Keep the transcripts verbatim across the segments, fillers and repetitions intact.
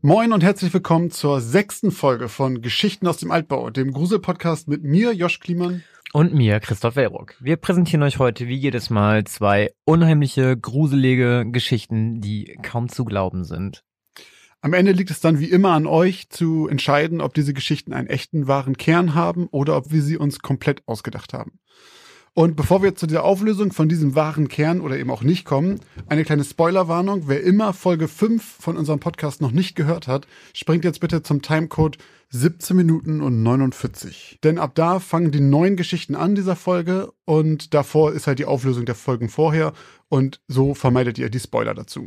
Moin und herzlich willkommen zur sechsten Folge von Geschichten aus dem Altbau, dem Grusel-Podcast mit mir, Josh Kliemann. Und mir, Christoph Wellbrock. Wir präsentieren euch heute wie jedes Mal zwei unheimliche, gruselige Geschichten, die kaum zu glauben sind. Am Ende liegt es dann wie immer an euch zu entscheiden, ob diese Geschichten einen echten, wahren Kern haben oder ob wir sie uns komplett ausgedacht haben. Und bevor wir zu der Auflösung von diesem wahren Kern oder eben auch nicht kommen, eine kleine Spoilerwarnung. Wer immer Folge fünf von unserem Podcast noch nicht gehört hat, springt jetzt bitte zum Timecode siebzehn Minuten und neunundvierzig. Denn ab da fangen die neuen Geschichten an dieser Folge und davor ist halt die Auflösung der Folgen vorher und so vermeidet ihr die Spoiler dazu.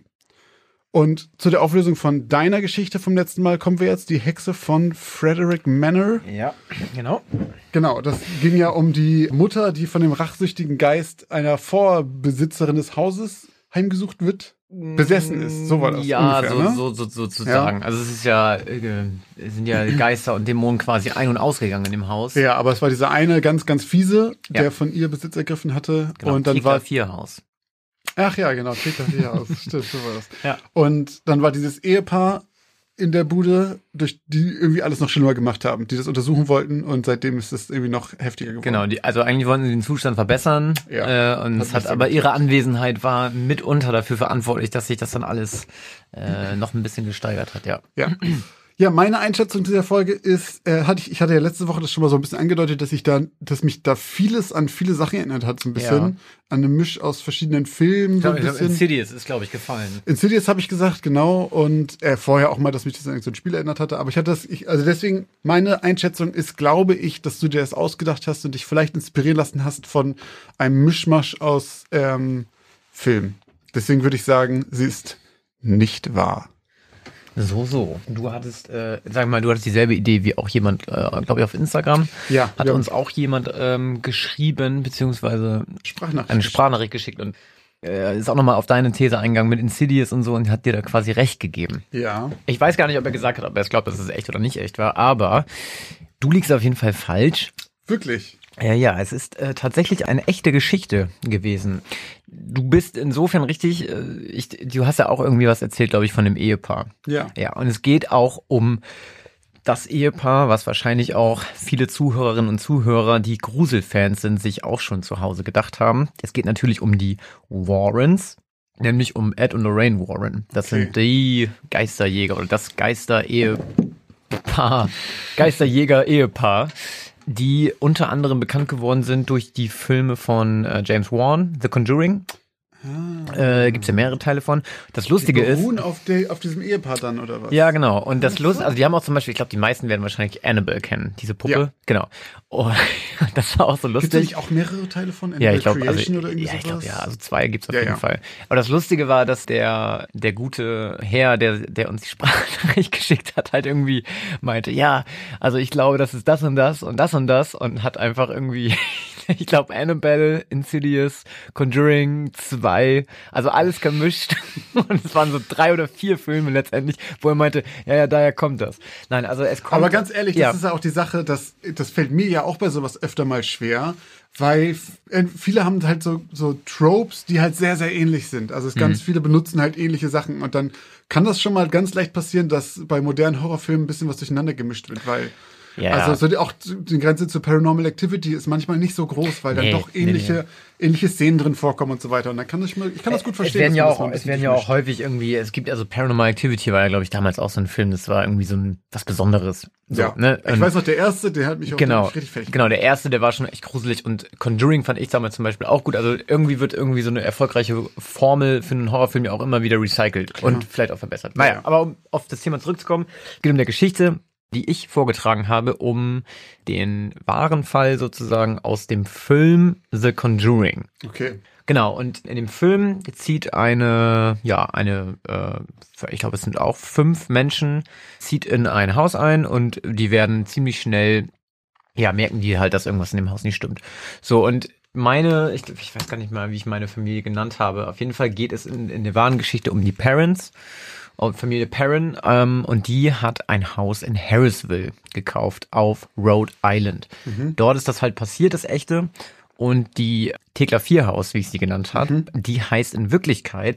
Und zu der Auflösung von deiner Geschichte vom letzten Mal kommen wir jetzt, die Hexe von Frederick Manor. Ja, genau. Genau, das ging ja um die Mutter, die von dem rachsüchtigen Geist einer Vorbesitzerin des Hauses heimgesucht wird, besessen ist. So war das ja, ungefähr, so, ne? so, so, so zu sagen. Ja. Also es ist ja, äh, es sind ja Geister und Dämonen quasi ein- und ausgegangen in dem Haus. Ja, aber es war dieser eine ganz, ganz fiese, ja. der von ihr Besitz ergriffen hatte. Genau, und dann war vier Haus. Ach ja, genau, Trick vier Haus. Stimmt, so war das. Ja. Und dann war dieses Ehepaar in der Bude, durch die irgendwie alles noch schlimmer gemacht haben, die das untersuchen wollten und seitdem ist es irgendwie noch heftiger geworden. Genau, die, also eigentlich wollten sie den Zustand verbessern ja, äh, und es hat aber ihre Anwesenheit war mitunter dafür verantwortlich, dass sich das dann alles äh, noch ein bisschen gesteigert hat, ja. Ja. Ja, meine Einschätzung dieser Folge ist, äh, hatte ich, ich hatte ja letzte Woche das schon mal so ein bisschen angedeutet, dass ich da, dass mich da vieles an viele Sachen erinnert hat, so ein bisschen. Ja. An eine Misch aus verschiedenen Filmen. Ich glaube, so ein bisschen. Insidious ist, glaube ich, gefallen. Insidious habe ich gesagt, genau. Und äh, vorher auch mal, dass mich das an so ein Spiel erinnert hatte. Aber ich hatte das, ich, also deswegen, meine Einschätzung ist, glaube ich, dass du dir das ausgedacht hast und dich vielleicht inspirieren lassen hast von einem Mischmasch aus ähm, Filmen. Deswegen würde ich sagen, sie ist nicht wahr. So, so. Du hattest, äh, sag mal, du hattest dieselbe Idee wie auch jemand, äh, glaube ich, auf Instagram. Ja. Hat uns auch jemand ähm, geschrieben, beziehungsweise Sprachnachricht eine Sprachnachricht geschickt und äh, ist auch nochmal auf deine These eingegangen mit Insidious und so und hat dir da quasi recht gegeben. Ja. Ich weiß gar nicht, ob er gesagt hat, ob er es glaubt, dass es echt oder nicht echt war, aber du liegst auf jeden Fall falsch. Wirklich? Ja, ja, es ist äh, tatsächlich eine echte Geschichte gewesen. Du bist insofern richtig, äh, ich, du hast ja auch irgendwie was erzählt, glaube ich, von dem Ehepaar. Ja. Ja, und es geht auch um das Ehepaar, was wahrscheinlich auch viele Zuhörerinnen und Zuhörer, die Gruselfans sind, sich auch schon zu Hause gedacht haben. Es geht natürlich um die Warrens, nämlich um Ed und Lorraine Warren. Das okay. sind die Geisterjäger oder das Geister-Ehepaar, Geisterjäger-Ehepaar, die unter anderem bekannt geworden sind durch die Filme von äh, James Wan, The Conjuring. Ah. Äh, gibt's ja mehrere Teile von. Das Lustige die beruhen ist... auf, de, auf diesem Ehepaar dann, oder was? Ja, genau. Und das Lustige, also die haben auch zum Beispiel, ich glaube, die meisten werden wahrscheinlich Annabelle kennen, diese Puppe. Ja. Genau. Oh, das war auch so lustig. Gibt es nicht auch mehrere Teile von Annabelle ja, ich glaub, Creation also, oder irgendwie ja, ich sowas? glaube, ja, also zwei gibt's auf ja, jeden ja. Fall. Aber das Lustige war, dass der der gute Herr, der der uns die Sprachnachricht geschickt hat, halt irgendwie meinte, ja, also ich glaube, das ist das und das und das und das und hat einfach irgendwie, ich glaube, Annabelle, Insidious, Conjuring zwei, also alles gemischt und es waren so drei oder vier Filme letztendlich, wo er meinte, ja, ja, daher kommt das. Nein, also es kommt... Aber ganz ehrlich, das ja. ist ja auch die Sache, dass, das fällt mir ja auch bei sowas öfter mal schwer, weil viele haben halt so, so Tropes, die halt sehr, sehr ähnlich sind. Also es ganz mhm. viele benutzen halt ähnliche Sachen und dann kann das schon mal ganz leicht passieren, dass bei modernen Horrorfilmen ein bisschen was durcheinander gemischt wird, weil Ja, also ja. so die, auch die Grenze zur Paranormal Activity ist manchmal nicht so groß, weil dann Nee, doch ähnliche, nee, nee. ähnliche Szenen drin vorkommen und so weiter. Und dann kann ich, ich kann das gut verstehen. Es werden ja dass man auch, das es mal ein werden ja bisschen auch häufig irgendwie, es gibt also Paranormal Activity war ja, glaube ich, damals auch so ein Film, das war irgendwie so ein was Besonderes. So, ja, ne? ich Und weiß noch, der erste, der hat mich auch genau, richtig fertig genau, der erste, der war schon echt gruselig und Conjuring fand ich damals zum Beispiel auch gut. Also irgendwie wird irgendwie so eine erfolgreiche Formel für einen Horrorfilm ja auch immer wieder recycelt Klar. und vielleicht auch verbessert. Naja, aber um auf das Thema zurückzukommen, geht um der Geschichte, die ich vorgetragen habe, um den wahren Fall sozusagen aus dem Film The Conjuring. Okay. Genau, und in dem Film zieht eine, ja, eine, äh, ich glaube, es sind auch fünf Menschen, zieht in ein Haus ein und die werden ziemlich schnell, ja, merken die halt, dass irgendwas in dem Haus nicht stimmt. So, und meine, ich, ich weiß gar nicht mal, wie ich meine Familie genannt habe. Auf jeden Fall geht es in, in der wahren Geschichte um die Parents. Familie Perrin, ähm, und die hat ein Haus in Harrisville gekauft auf Rhode Island. Mhm. Dort ist das halt passiert, das echte. Und die Thekla vier Haus, wie ich sie genannt habe, mhm. die heißt in Wirklichkeit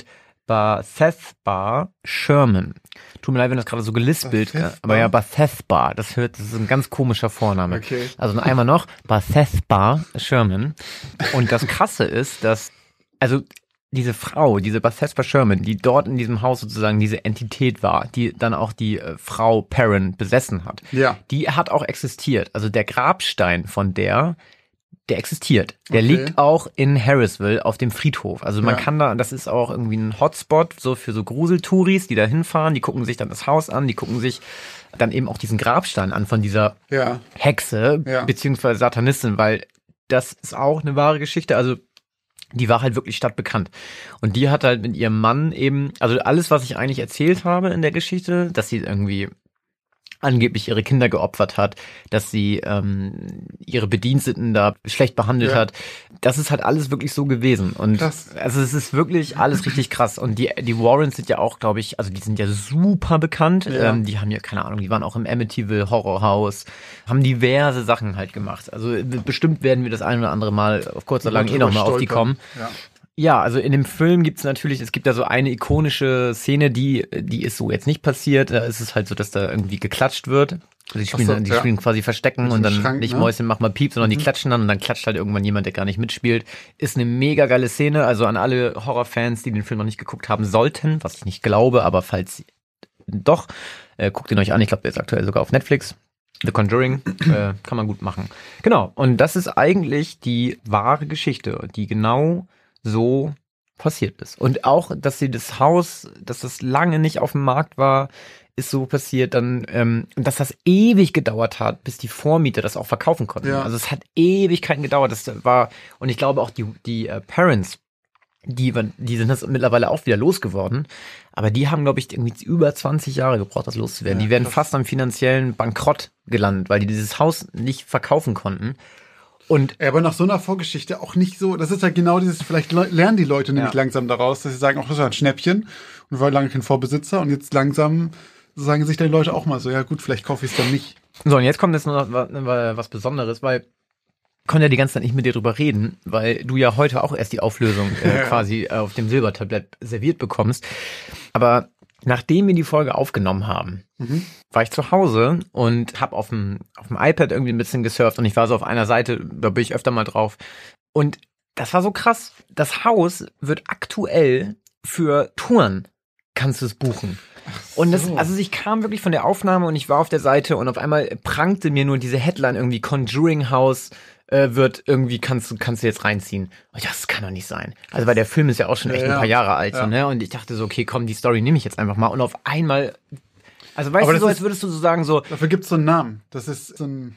Bathsheba Sherman. Tut mir leid, wenn das gerade so gelispelt, Bathsheba? aber ja, Bathsheba, das hört, das ist ein ganz komischer Vorname. Okay. Also noch einmal noch, Bathsheba Sherman. Und das Krasse ist, dass, also diese Frau, diese Bathsheba Sherman, die dort in diesem Haus sozusagen diese Entität war, die dann auch die äh, Frau Perrin besessen hat, Ja. die hat auch existiert. Also der Grabstein von der, der existiert. Der Okay. liegt auch in Harrisville auf dem Friedhof. Also man Ja. kann da, das ist auch irgendwie ein Hotspot so für so Gruseltouris, die da hinfahren, die gucken sich dann das Haus an, die gucken sich dann eben auch diesen Grabstein an von dieser Ja. Hexe, Ja. beziehungsweise Satanistin, weil das ist auch eine wahre Geschichte. Also die war halt wirklich stadtbekannt. Und die hat halt mit ihrem Mann eben, also alles, was ich eigentlich erzählt habe in der Geschichte, dass sie irgendwie angeblich ihre Kinder geopfert hat, dass sie ähm, ihre Bediensteten da schlecht behandelt Ja. hat. Das ist halt alles wirklich so gewesen. Und Krass. also es ist wirklich alles richtig krass. Und die die Warrens sind ja auch, glaube ich, also die sind ja super bekannt. Ja. Ähm, die haben ja, keine Ahnung, die waren auch im Amityville Horror House, haben diverse Sachen halt gemacht. Also bestimmt werden wir das ein oder andere Mal auf kurz oder lang eh nochmal auf die kommen. Ja. Ja, also in dem Film gibt's natürlich, es gibt da so eine ikonische Szene, die die ist so jetzt nicht passiert. Da ist es halt so, dass da irgendwie geklatscht wird. Also die spielen, Ach so, dann, die ja. spielen quasi Verstecken Mit und so dann einem Schrank, nicht ne? Mäuschen, mach mal Piep, sondern die klatschen dann und dann klatscht halt irgendwann jemand, der gar nicht mitspielt. Ist eine mega geile Szene, also an alle Horrorfans, die den Film noch nicht geguckt haben sollten, was ich nicht glaube, aber falls doch, äh, guckt ihn euch an. Ich glaube, der ist aktuell sogar auf Netflix. The Conjuring, äh, kann man gut machen. Genau, und das ist eigentlich die wahre Geschichte, die genau so passiert ist. Und auch, dass sie das Haus, dass das lange nicht auf dem Markt war, ist so passiert, dann, ähm, dass das ewig gedauert hat, bis die Vormieter das auch verkaufen konnten. Ja. Also es hat Ewigkeiten gedauert. Das war, und ich glaube auch die, die äh, Parents, die, die sind das mittlerweile auch wieder losgeworden. Aber die haben, glaube ich, irgendwie über zwanzig Jahre gebraucht, das loszuwerden. Ja, die werden krass. fast am finanziellen Bankrott gelandet, weil die dieses Haus nicht verkaufen konnten. Und Ja, aber nach so einer Vorgeschichte auch nicht so, das ist halt genau dieses, vielleicht le- lernen die Leute nämlich Ja. langsam daraus, dass sie sagen, ach, das war ein Schnäppchen und war lange kein Vorbesitzer und jetzt langsam sagen sich dann die Leute auch mal so, ja gut, vielleicht kaufe ich es dann nicht. So, und jetzt kommt jetzt noch was, was Besonderes, weil ich konnte ja die ganze Zeit nicht mit dir drüber reden, weil du ja heute auch erst die Auflösung äh, Ja. quasi äh, auf dem Silbertablett serviert bekommst. Aber nachdem wir die Folge aufgenommen haben, Mhm. war ich zu Hause und habe auf dem auf dem iPad irgendwie ein bisschen gesurft und ich war so auf einer Seite, da bin ich öfter mal drauf. Und das war so krass. Das Haus wird aktuell für Touren, kannst du es buchen. Und das, so. also ich kam wirklich von der Aufnahme und ich war auf der Seite und auf einmal prangte mir nur diese Headline irgendwie Conjuring House äh, wird irgendwie, kannst du kannst du jetzt reinziehen. Und ich dachte, das kann doch nicht sein. Also weil der Film ist ja auch schon echt Ja, ein paar ja. Jahre alt, so, Ja. ne? Und ich dachte so, okay, komm, die Story nehme ich jetzt einfach mal. Und auf einmal, also weißt Aber du, so das als ist- würdest du so sagen, so, Dafür gibt es so einen Namen. Das ist so ein,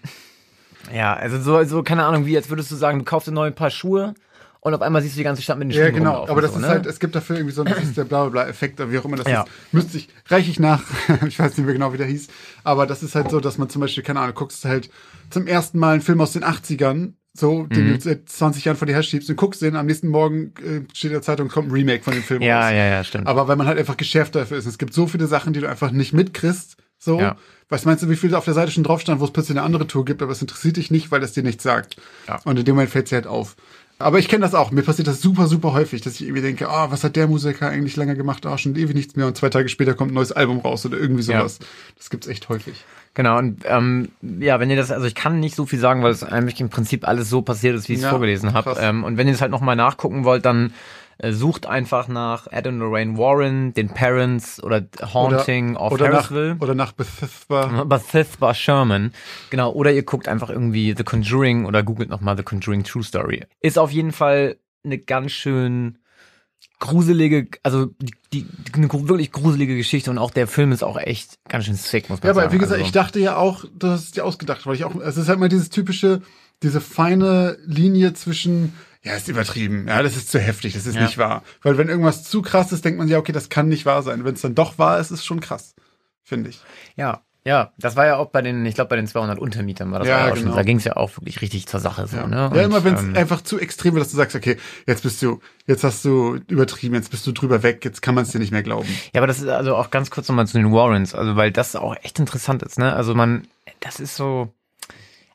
ja, also so, so, keine Ahnung, wie, als würdest du sagen, du kaufst dir neue Paar Schuhe und auf einmal siehst du die ganze Stadt mit den Schuhen ja genau, rumlaufen, aber das so, ist ne? halt, es gibt dafür irgendwie so ein, das ist der Blablabla-Effekt oder wie auch immer das Ja. ist. Müsste ich, reiche ich nach, ich weiß nicht mehr genau, wie der hieß, aber das ist halt so, dass man zum Beispiel, keine Ahnung, guckst halt zum ersten Mal einen Film aus den achtzigern, so, den Mhm. du seit zwanzig Jahren vor dir her schiebst und guckst den, am nächsten Morgen äh, steht in der Zeitung, kommt ein Remake von dem Film Ja, raus. ja, ja, stimmt. Aber weil man halt einfach geschärft dafür ist. Es gibt so viele Sachen, die du einfach nicht mitkriegst, so. Ja. Was meinst du, wie viel auf der Seite schon drauf stand, wo es plötzlich eine andere Tour gibt, aber es interessiert dich nicht, weil es dir nichts sagt. Ja. Und in dem Moment fällt sie halt auf. Aber ich kenne das auch. Mir passiert das super, super häufig, dass ich irgendwie denke, ah, was hat der Musiker eigentlich lange gemacht? Ah, schon ewig nichts mehr. Und zwei Tage später kommt ein neues Album raus oder irgendwie sowas. Das gibt's echt häufig. Genau, und ähm, ja, wenn ihr das, also ich kann nicht so viel sagen, weil es eigentlich im Prinzip alles so passiert ist, wie ich es Ja, vorgelesen habe. krass. Ähm, und wenn ihr es halt nochmal nachgucken wollt, dann äh, sucht einfach nach Ed und Lorraine Warren, den Parents oder Haunting of oder Harrisville. Nach, oder nach Bethesda. Bathsheba Sherman. Genau, oder ihr guckt einfach irgendwie The Conjuring oder googelt nochmal The Conjuring True Story. Ist auf jeden Fall eine ganz schön gruselige, also die, die, eine gru- wirklich gruselige Geschichte und auch der Film ist auch echt ganz schön sick, muss man Ja, sagen. aber wie gesagt, also, ich dachte ja auch, du hast es dir ausgedacht, weil ich auch, es ist halt mal dieses typische, diese feine Linie zwischen, ja, ist übertrieben, ja, das ist zu heftig, das ist Ja. nicht wahr. Weil wenn irgendwas zu krass ist, denkt man ja, okay, das kann nicht wahr sein. Wenn es dann doch wahr ist, ist es schon krass, finde ich. ja, ja, das war ja auch bei den, ich glaube bei den zweihundert Untermietern war das Ja, war ja auch genau. schon, da ging es ja auch wirklich richtig zur Sache so, Ja, ne? ja Und, immer wenn es ähm, einfach zu extrem wird, dass du sagst, okay, jetzt bist du, jetzt hast du übertrieben, jetzt bist du drüber weg, jetzt kann man es dir nicht mehr glauben. Ja, aber das ist also auch ganz kurz nochmal zu den Warrens, also weil das auch echt interessant ist, ne? Also man, das ist so,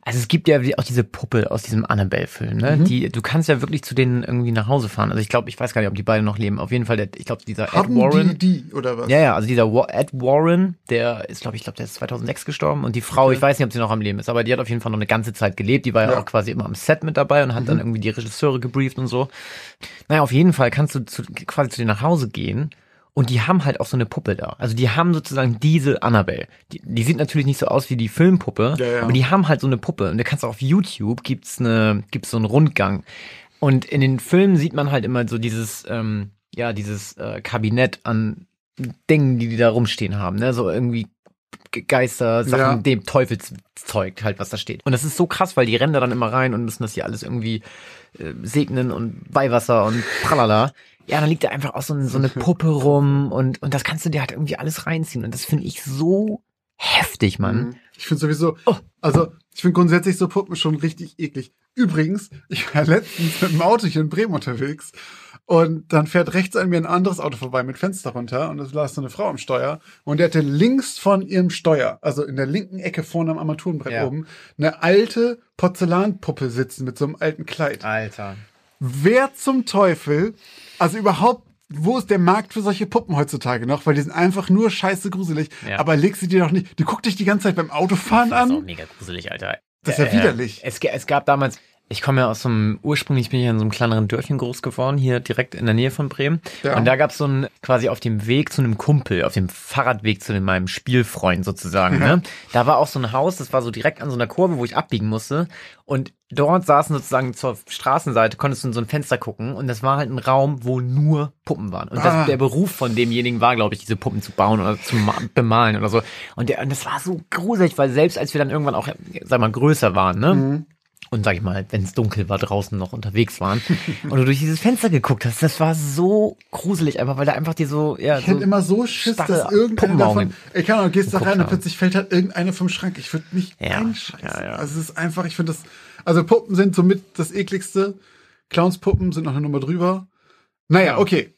Also es gibt ja auch diese Puppe aus diesem Annabelle-Film, ne? Mhm. Die, du kannst ja wirklich zu denen irgendwie nach Hause fahren. Also ich glaube, ich weiß gar nicht, ob die beiden noch leben. Auf jeden Fall, der, ich glaube, dieser Haben Ed Warren. die die, oder was? Ja, ja, also dieser Wa- Ed Warren, der ist, glaube ich, glaube, der ist zweitausendsechs gestorben. Und die Frau, Okay. ich weiß nicht, ob sie noch am Leben ist, aber die hat auf jeden Fall noch eine ganze Zeit gelebt. Die war ja, Ja. auch quasi immer am Set mit dabei und hat Mhm. dann irgendwie die Regisseure gebrieft und so. Naja, auf jeden Fall kannst du zu, quasi zu denen nach Hause gehen. Und die haben halt auch so eine Puppe da. Also die haben sozusagen diese Annabelle. Die, die sieht natürlich nicht so aus wie die Filmpuppe, Ja, ja. aber die haben halt so eine Puppe. Und du kannst auch auf YouTube, gibt's eine, gibt's so einen Rundgang. Und in den Filmen sieht man halt immer so dieses, ähm, ja, dieses äh, Kabinett an Dingen, die die da rumstehen haben. Ne? So irgendwie Geister, Sachen, Ja. dem Teufelszeug halt, was da steht. Und das ist so krass, weil die rennen da dann immer rein und müssen das hier alles irgendwie äh, segnen und Weihwasser und tralala. Ja, dann liegt da einfach auch so, ein, so eine Puppe rum und, und das kannst du dir halt irgendwie alles reinziehen. Und das finde ich so heftig, Mann. Mhm. Ich finde sowieso, Oh. also ich finde grundsätzlich so Puppen schon richtig eklig. Übrigens, ich war letztens mit dem Auto hier in Bremen unterwegs und dann fährt rechts an mir ein anderes Auto vorbei mit Fenster runter und es lag so eine Frau am Steuer und der hatte links von ihrem Steuer, also in der linken Ecke vorne am Armaturenbrett Ja. oben, eine alte Porzellanpuppe sitzen mit so einem alten Kleid. Alter. Wer zum Teufel, also überhaupt, wo ist der Markt für solche Puppen heutzutage noch? Weil die sind einfach nur scheiße gruselig. Ja. Aber leg sie dir doch nicht, die guckt dich die ganze Zeit beim Autofahren Das ist auch an. mega gruselig, Alter. Das ist ja widerlich. Es, ge- es gab damals, ich komme ja aus so einem, ursprünglich bin ich in so einem kleineren Dörfchen groß geworden, hier direkt in der Nähe von Bremen. Ja. Und da gab es so ein, quasi auf dem Weg zu einem Kumpel, auf dem Fahrradweg zu dem, meinem Spielfreund sozusagen, Ja. ne? Da war auch so ein Haus, das war so direkt an so einer Kurve, wo ich abbiegen musste. Und dort saßen sozusagen zur Straßenseite, konntest du in so ein Fenster gucken. Und das war halt ein Raum, wo nur Puppen waren. Und das, Ah. der Beruf von demjenigen war, glaube ich, diese Puppen zu bauen oder zu ma- bemalen oder so. Und, der, und das war so gruselig, weil selbst als wir dann irgendwann auch, sag mal, größer waren, ne? Mhm. Und sag ich mal, wenn es dunkel war, draußen noch unterwegs waren und du durch dieses Fenster geguckt hast, das war so gruselig einfach, weil da einfach dir so, ja, Ich so hätte immer so Schiss, starre dass irgendeine Puppenaugen davon, ich kann auch, gehst da geguckt rein und haben. plötzlich fällt halt irgendeine vom Schrank. Ich würde mich Ja, einscheißen. ja, ja. Also es ist einfach, ich finde das, also Puppen sind somit das ekligste. Clownspuppen sind noch eine Nummer drüber. Naja, Ja. okay.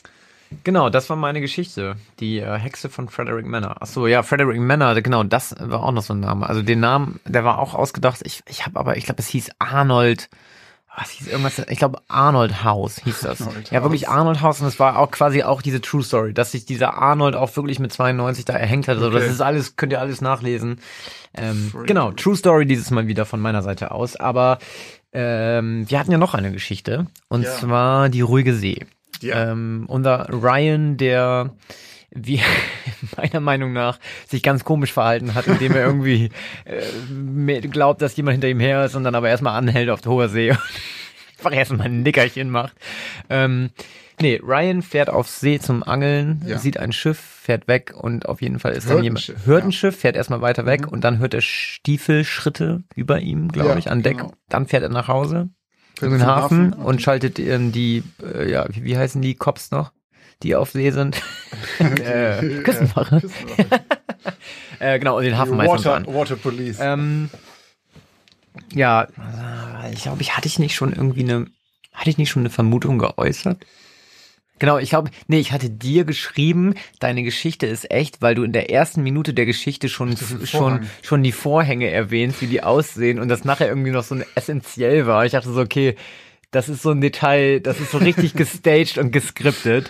Genau, das war meine Geschichte. Die äh, Hexe von Frederick Manor. Ach so, ja, Frederick Manor, genau, das war auch noch so ein Name. Also den Namen, der war auch ausgedacht. Ich, ich habe aber, ich glaube, es hieß Arnold. Was hieß irgendwas? Ich glaube, Arnold House hieß das. Arnold ja, wirklich House. Arnold House. Und es war auch quasi auch diese True Story, dass sich dieser Arnold auch wirklich mit zweiundneunzig da erhängt hat. Also Okay. das ist alles, könnt ihr alles nachlesen. Ähm, Frederick. genau, True Story dieses Mal wieder von meiner Seite aus. Aber ähm, wir hatten ja noch eine Geschichte. Und Ja. zwar die ruhige See. Ja. Ähm, unser Ryan, der wie meiner Meinung nach sich ganz komisch verhalten hat, indem er irgendwie äh, mehr glaubt, dass jemand hinter ihm her ist und dann aber erstmal anhält auf der hoher See und einfach erstmal ein Nickerchen macht. Ähm, nee, Ryan fährt auf See zum Angeln, Ja. sieht ein Schiff, fährt weg und auf jeden Fall ist dann jemand, Hürdenschiff, Hürdenschiff, fährt erstmal weiter weg Mhm. und dann hört er Stiefelschritte über ihm, glaube Ja, ich, an Deck. genau. Dann fährt er nach Hause in Fährt den zum Hafen Hafen. und schaltet ähm, die, äh, ja, wie, wie heißen die Cops noch, die auf See sind? äh, Küstenwache. Küstenwache. Äh, genau, und den Hafenmeister Water, an. Water Police. Ähm, ja, äh, ich glaube, ich hatte ich nicht schon irgendwie eine, hatte ich nicht schon eine Vermutung geäußert? Genau, ich glaube, nee, ich hatte dir geschrieben, deine Geschichte ist echt, weil du in der ersten Minute der Geschichte schon Das ist ein schon Vorhang. schon die Vorhänge erwähnst, wie die aussehen und das nachher irgendwie noch so ein essentiell war. Ich dachte so, okay, das ist so ein Detail, das ist so richtig gestaged und geskriptet.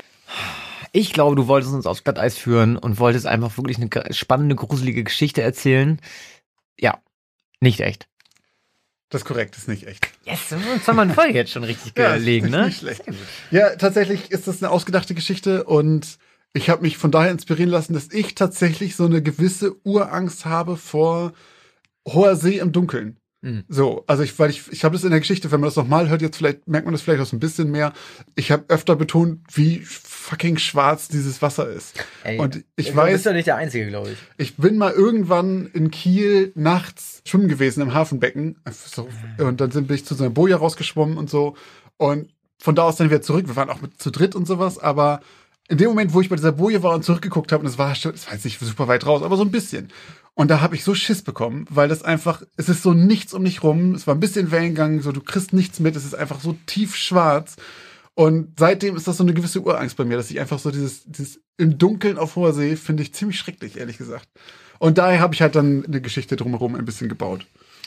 Ich glaube, du wolltest uns aufs Glatteis führen und wolltest einfach wirklich eine gr- spannende, gruselige Geschichte erzählen. Ja, nicht echt. Das ist korrekt, das ist nicht echt. Yes, uns haben wir eine Folge jetzt schon richtig Ja, gelegen, ist ne? nicht schlecht. Ja, tatsächlich ist das eine ausgedachte Geschichte und ich habe mich von daher inspirieren lassen, dass ich tatsächlich so eine gewisse Urangst habe vor hoher See im Dunkeln. Mhm. So, also ich, weil ich, ich habe das in der Geschichte, wenn man das nochmal hört, jetzt vielleicht merkt man das vielleicht auch so ein bisschen mehr. Ich habe öfter betont, wie fucking schwarz dieses Wasser ist. Ey, und ich du weiß, bist ja nicht der Einzige, glaube ich. ich bin mal irgendwann in Kiel nachts schwimmen gewesen im Hafenbecken. So, und dann sind, bin ich zu so einer Boje rausgeschwommen und so. Und von da aus dann wieder zurück. Wir waren auch mit zu dritt und sowas. Aber in dem Moment, wo ich bei dieser Boje war und zurückgeguckt habe, und es war, schon- es war jetzt nicht super weit raus, aber so ein bisschen. Und da habe ich so Schiss bekommen, weil das einfach, es ist so nichts um dich rum. Es war ein bisschen Wellengang, so du kriegst nichts mit. Es ist einfach so tief schwarz. Und seitdem ist das so eine gewisse Urangst bei mir, dass ich einfach so dieses, dieses im Dunkeln auf hoher See finde ich ziemlich schrecklich, ehrlich gesagt. Und daher habe ich halt dann eine Geschichte drumherum ein bisschen gebaut.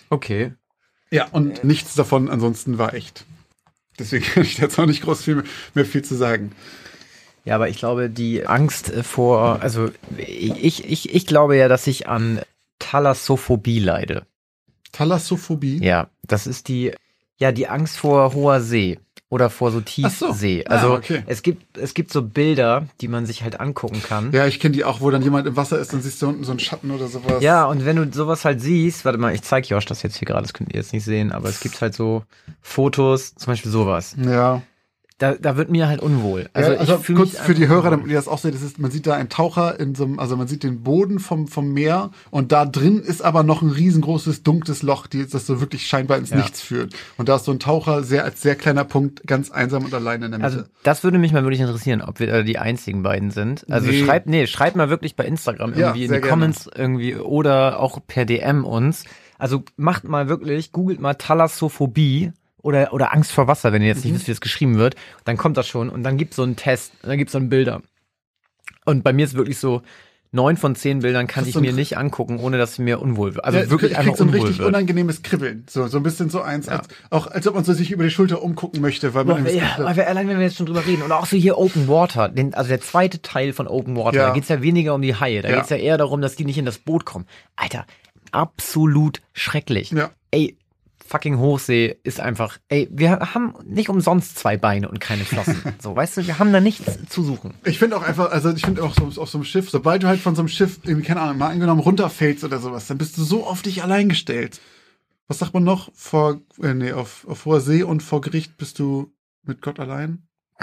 Okay. Ja, und äh. nichts davon ansonsten war echt. Deswegen kann ich jetzt auch nicht groß viel mehr viel zu sagen. Ja, aber ich glaube, die Angst vor, also ich, ich, ich glaube ja, dass ich an Thalassophobie leide. Thalassophobie? Ja, das ist die, ja, die Angst vor hoher See oder vor so Tiefsee. So. Also ah, okay. es gibt, es gibt so Bilder, die man sich halt angucken kann. Ja, ich kenne die auch, wo dann jemand im Wasser ist, dann siehst du unten so einen Schatten oder sowas. Ja, und wenn du sowas halt siehst, warte mal, ich zeige Josh das jetzt hier gerade, das könnt ihr jetzt nicht sehen, aber es gibt halt so Fotos, zum Beispiel sowas. Ja. Da, da wird mir halt unwohl. Also, ja, also ich fühle kurz mich für die Hörer, damit ihr das auch seht, das ist, man sieht da einen Taucher in so einem, also man sieht den Boden vom, vom Meer und da drin ist aber noch ein riesengroßes, dunkles Loch, die, das so wirklich scheinbar ins ja. Nichts führt. Und da ist so ein Taucher sehr, als sehr kleiner Punkt, ganz einsam und allein in der Mitte. Also, das würde mich mal wirklich interessieren, ob wir da die einzigen beiden sind. Also, nee. schreibt, nee, schreibt mal wirklich bei Instagram irgendwie ja, in die gerne. Comments irgendwie oder auch per D M uns. Also, macht mal wirklich, googelt mal Thalassophobie. Oder, oder Angst vor Wasser, wenn ihr jetzt nicht mhm. wisst, wie das geschrieben wird, dann kommt das schon und dann gibt's so einen Test, dann gibt's dann Bilder. Und bei mir ist wirklich so, neun von zehn Bildern kann ich so mir nicht angucken, ohne dass ich mir unwohl wird. Also ja, wirklich du einfach so ein unwohl richtig wird. Unangenehmes Kribbeln. So, so ein bisschen so eins, ja. als, auch als ob man so sich über die Schulter umgucken möchte. Weil man Boah, ja, aber allein wenn wir jetzt schon drüber reden. Und auch so hier Open Water, den, also der zweite Teil von Open Water, ja. da geht's ja weniger um die Haie, da ja. geht's ja eher darum, dass die nicht in das Boot kommen. Alter, absolut schrecklich. Ja. Ey, fucking Hochsee ist einfach, ey, wir haben nicht umsonst zwei Beine und keine Flossen. So, weißt du, wir haben da nichts zu suchen. Ich finde auch einfach, also ich finde auch so, auf so einem Schiff, sobald du halt von so einem Schiff, irgendwie, keine Ahnung, mal angenommen runterfällst oder sowas, dann bist du so auf dich allein gestellt. Was sagt man noch? Vor, äh, nee, auf, auf hoher See und vor Gericht bist du mit Gott allein?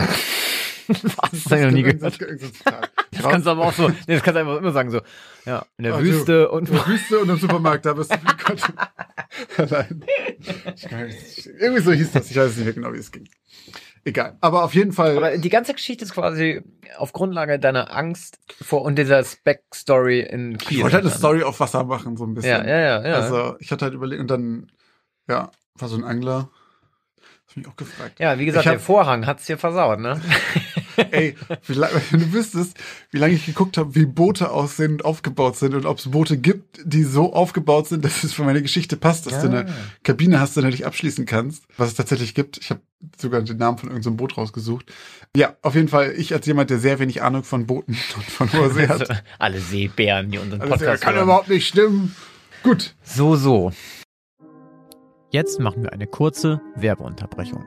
Was? Das habe ich noch nie gehört. Das kannst du aber auch so, nee, das kannst du einfach immer sagen, so, ja, in der ah, Wüste du, und... In der Wüste und im Supermarkt, da bist du mit Gott allein. Ich kann nicht, irgendwie so hieß das, ich weiß nicht mehr genau, wie es ging. Egal, aber auf jeden Fall... Aber die ganze Geschichte ist quasi auf Grundlage deiner Angst vor und dieser Backstory in Kiel. Ich wollte halt eine Story auf Wasser machen, so ein bisschen. Ja, ja, ja. ja. Also, ich hatte halt überlegt, und dann, ja, war so ein Angler... Das mich auch gefragt. Ja, wie gesagt, hab, der Vorhang hat's dir versaut, ne? Ey, wie lang, wenn du wüsstest, wie lange ich geguckt habe, wie Boote aussehen und aufgebaut sind und ob es Boote gibt, die so aufgebaut sind, dass es für meine Geschichte passt, dass ja. du eine Kabine hast, in der du dich abschließen kannst, was es tatsächlich gibt. Ich habe sogar den Namen von irgendeinem Boot rausgesucht. Ja, auf jeden Fall, ich als jemand, der sehr wenig Ahnung von Booten und von hoher See hat. Also, alle Seebären, die unseren Podcast also, kann hören. Überhaupt nicht stimmen. Gut. So, so. Jetzt machen wir eine kurze Werbeunterbrechung.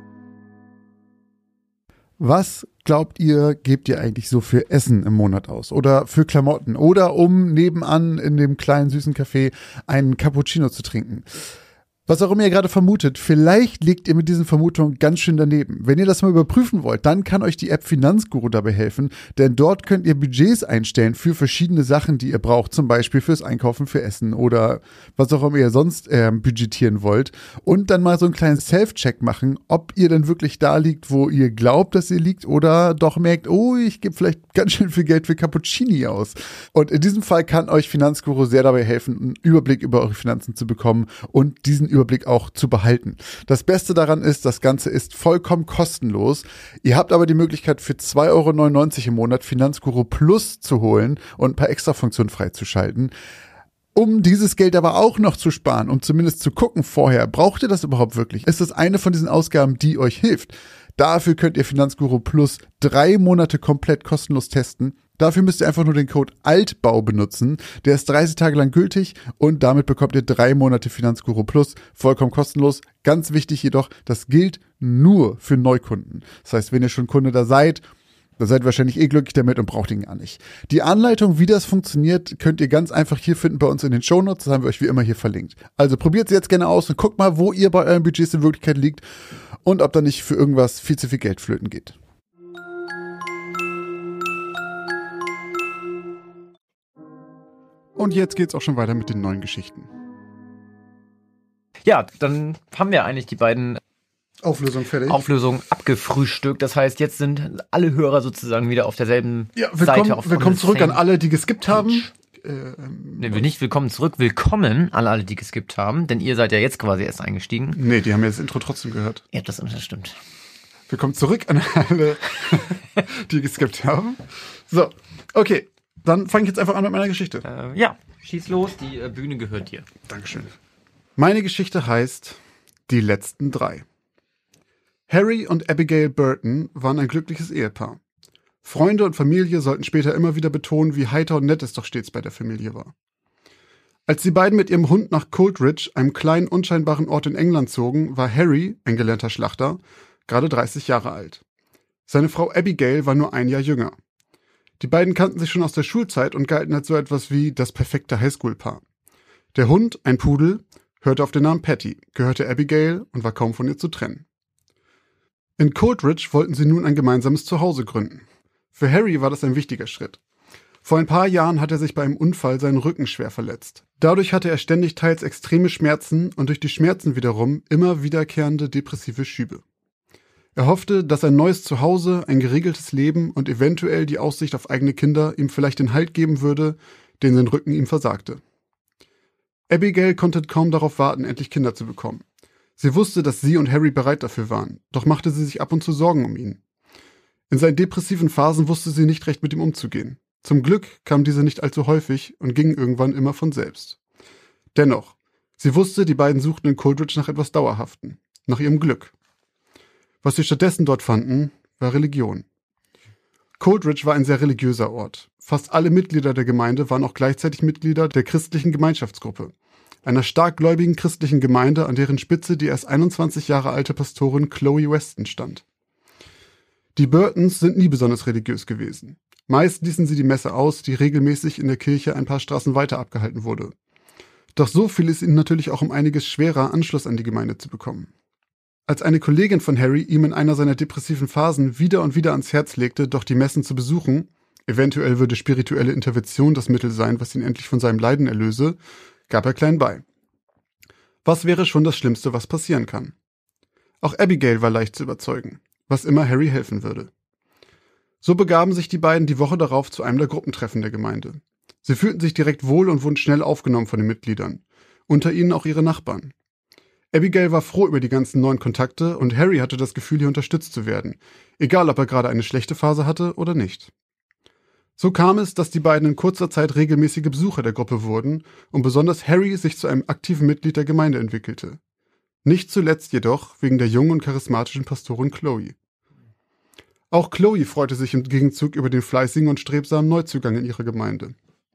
Was glaubt ihr, gebt ihr eigentlich so für Essen im Monat aus? Oder für Klamotten? Oder um nebenan in dem kleinen süßen Café einen Cappuccino zu trinken? Was auch immer ihr gerade vermutet, vielleicht liegt ihr mit diesen Vermutungen ganz schön daneben. Wenn ihr das mal überprüfen wollt, dann kann euch die App Finanzguru dabei helfen, denn dort könnt ihr Budgets einstellen für verschiedene Sachen, die ihr braucht, zum Beispiel fürs Einkaufen, für Essen oder was auch immer ihr sonst äh, budgetieren wollt und dann mal so einen kleinen Self-Check machen, ob ihr denn wirklich da liegt, wo ihr glaubt, dass ihr liegt oder doch merkt, oh, ich gebe vielleicht ganz schön viel Geld für Cappuccini aus. Und in diesem Fall kann euch Finanzguru sehr dabei helfen, einen Überblick über eure Finanzen zu bekommen und diesen Überblick auch zu behalten. Das Beste daran ist, das Ganze ist vollkommen kostenlos. Ihr habt aber die Möglichkeit für zwei Euro neunundneunzig im Monat Finanzguru Plus zu holen und ein paar Extrafunktionen freizuschalten. Um dieses Geld aber auch noch zu sparen, um zumindest zu gucken vorher, braucht ihr das überhaupt wirklich? Ist das eine von diesen Ausgaben, die euch hilft? Dafür könnt ihr Finanzguru Plus drei Monate komplett kostenlos testen. Dafür müsst ihr einfach nur den Code ALTBAU benutzen. Der ist dreißig Tage lang gültig und damit bekommt ihr drei Monate Finanzguru Plus vollkommen kostenlos. Ganz wichtig jedoch, das gilt nur für Neukunden. Das heißt, wenn ihr schon Kunde da seid, dann seid ihr wahrscheinlich eh glücklich damit und braucht ihn gar nicht. Die Anleitung, wie das funktioniert, könnt ihr ganz einfach hier finden bei uns in den Shownotes. Das haben wir euch wie immer hier verlinkt. Also probiert es jetzt gerne aus und guckt mal, wo ihr bei euren Budgets in Wirklichkeit liegt und ob da nicht für irgendwas viel zu viel Geld flöten geht. Und jetzt geht's auch schon weiter mit den neuen Geschichten. Ja, dann haben wir eigentlich die beiden Auflösungen fertig. Auflösungen abgefrühstückt. Das heißt, jetzt sind alle Hörer sozusagen wieder auf derselben ja, willkommen, Seite. Auf willkommen zurück an alle, die geskippt haben. Äh, ähm, nee, nicht willkommen zurück, willkommen an alle, die geskippt haben, denn ihr seid ja jetzt quasi erst eingestiegen. Nee, die haben ja das Intro trotzdem gehört. Ja, das, das stimmt. Willkommen zurück an alle, die geskippt haben. So, okay. Dann fange ich jetzt einfach an mit meiner Geschichte. Äh, ja, schieß los, die äh, Bühne gehört dir. Dankeschön. Meine Geschichte heißt Die letzten drei. Harry und Abigail Burton waren ein glückliches Ehepaar. Freunde und Familie sollten später immer wieder betonen, wie heiter und nett es doch stets bei der Familie war. Als die beiden mit ihrem Hund nach Coldridge, einem kleinen, unscheinbaren Ort in England zogen, war Harry, ein gelernter Schlachter, gerade dreißig Jahre alt. Seine Frau Abigail war nur ein Jahr jünger. Die beiden kannten sich schon aus der Schulzeit und galten als so etwas wie das perfekte Highschool-Paar. Der Hund, ein Pudel, hörte auf den Namen Patty, gehörte Abigail und war kaum von ihr zu trennen. In Coldridge wollten sie nun ein gemeinsames Zuhause gründen. Für Harry war das ein wichtiger Schritt. Vor ein paar Jahren hat er sich bei einem Unfall seinen Rücken schwer verletzt. Dadurch hatte er ständig teils extreme Schmerzen und durch die Schmerzen wiederum immer wiederkehrende depressive Schübe. Er hoffte, dass ein neues Zuhause, ein geregeltes Leben und eventuell die Aussicht auf eigene Kinder ihm vielleicht den Halt geben würde, den sein Rücken ihm versagte. Abigail konnte kaum darauf warten, endlich Kinder zu bekommen. Sie wusste, dass sie und Harry bereit dafür waren, doch machte sie sich ab und zu Sorgen um ihn. In seinen depressiven Phasen wusste sie nicht recht mit ihm umzugehen. Zum Glück kamen diese nicht allzu häufig und gingen irgendwann immer von selbst. Dennoch, sie wusste, die beiden suchten in Coldridge nach etwas Dauerhaften, nach ihrem Glück. Was sie stattdessen dort fanden, war Religion. Coldridge war ein sehr religiöser Ort. Fast alle Mitglieder der Gemeinde waren auch gleichzeitig Mitglieder der christlichen Gemeinschaftsgruppe, einer stark gläubigen christlichen Gemeinde, an deren Spitze die erst einundzwanzig Jahre alte Pastorin Chloe Weston stand. Die Burtons sind nie besonders religiös gewesen. Meist ließen sie die Messe aus, die regelmäßig in der Kirche ein paar Straßen weiter abgehalten wurde. Doch so fiel es ihnen natürlich auch um einiges schwerer, Anschluss an die Gemeinde zu bekommen. Als eine Kollegin von Harry ihm in einer seiner depressiven Phasen wieder und wieder ans Herz legte, doch die Messen zu besuchen, eventuell würde spirituelle Intervention das Mittel sein, was ihn endlich von seinem Leiden erlöse, gab er klein bei. Was wäre schon das Schlimmste, was passieren kann? Auch Abigail war leicht zu überzeugen, was immer Harry helfen würde. So begaben sich die beiden die Woche darauf zu einem der Gruppentreffen der Gemeinde. Sie fühlten sich direkt wohl und wurden schnell aufgenommen von den Mitgliedern, unter ihnen auch ihre Nachbarn. Abigail war froh über die ganzen neuen Kontakte und Harry hatte das Gefühl, hier unterstützt zu werden, egal ob er gerade eine schlechte Phase hatte oder nicht. So kam es, dass die beiden in kurzer Zeit regelmäßige Besucher der Gruppe wurden und besonders Harry sich zu einem aktiven Mitglied der Gemeinde entwickelte. Nicht zuletzt jedoch wegen der jungen und charismatischen Pastorin Chloe. Auch Chloe freute sich im Gegenzug über den fleißigen und strebsamen Neuzugang in ihre Gemeinde.